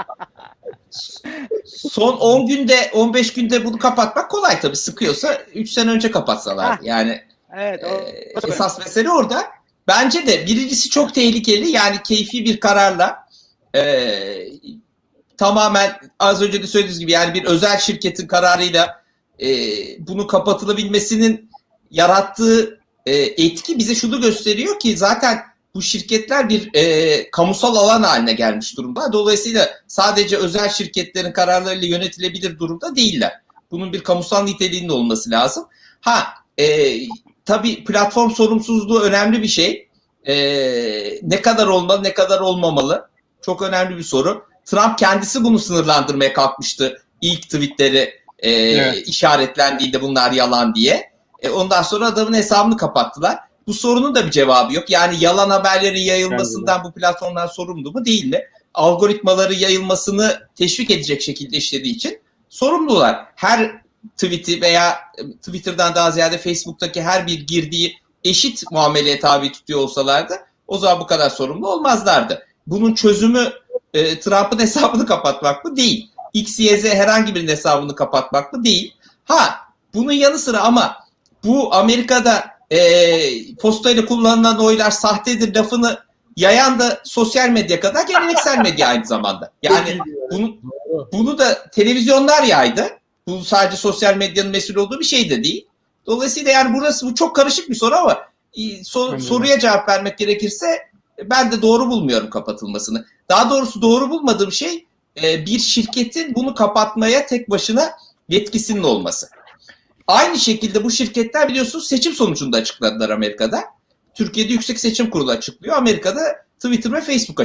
son on günde on beş günde bunu kapatmak kolay tabii, sıkıyorsa üç sene önce kapatsalar. Hah. Yani Evet. O, Ee, esas mesele orada. Bence de birincisi çok tehlikeli. Yani keyfi bir kararla e, tamamen az önce de söylediğiniz gibi yani bir özel şirketin kararıyla e, bunu kapatılabilmesinin yarattığı e, etki bize şunu gösteriyor ki zaten bu şirketler bir e, kamusal alan haline gelmiş durumda. Dolayısıyla sadece özel şirketlerin kararlarıyla yönetilebilir durumda değiller. Bunun bir kamusal niteliğinin olması lazım. Ha e, tabii platform sorumsuzluğu önemli bir şey. Ee, ne kadar olmalı, ne kadar olmamalı? Çok önemli bir soru. Trump kendisi bunu sınırlandırmaya kalkmıştı. İlk tweetleri e, Evet. işaretlendiğinde bunlar yalan diye. E, ondan sonra adamın hesabını kapattılar. Bu sorunun da bir cevabı yok. Yani yalan haberlerin yayılmasından bu platformlar sorumlu mu, değil mi? Algoritmaları yayılmasını teşvik edecek şekilde işlediği için sorumlular. Her tweet'i veya Twitter'dan daha ziyade Facebook'taki her bir girdiği eşit muameleye tabi tutuyor olsalardı o zaman bu kadar sorumlu olmazlardı. Bunun çözümü e, Trump'ın hesabını kapatmak mı? Değil. X, Y, Z herhangi birinin hesabını kapatmak mı? Değil. Ha bunun yanı sıra ama bu Amerika'da e, postayla kullanılan oylar sahtedir lafını yayan da sosyal medya kadar geleneksel medya aynı zamanda. Yani bunu, bunu da televizyonlar yaydı. Bu sadece sosyal medyanın mesul olduğu bir şey de değil. Dolayısıyla yani burası bu çok karışık bir soru ama so, soruya cevap vermek gerekirse ben de doğru bulmuyorum kapatılmasını. Daha doğrusu doğru bulmadığım şey bir şirketin bunu kapatmaya tek başına yetkisinin olması. Aynı şekilde bu şirketler biliyorsunuz seçim sonucunda açıkladılar Amerika'da. Türkiye'de Yüksek Seçim Kurulu açıklıyor. Amerika'da Twitter ve Facebook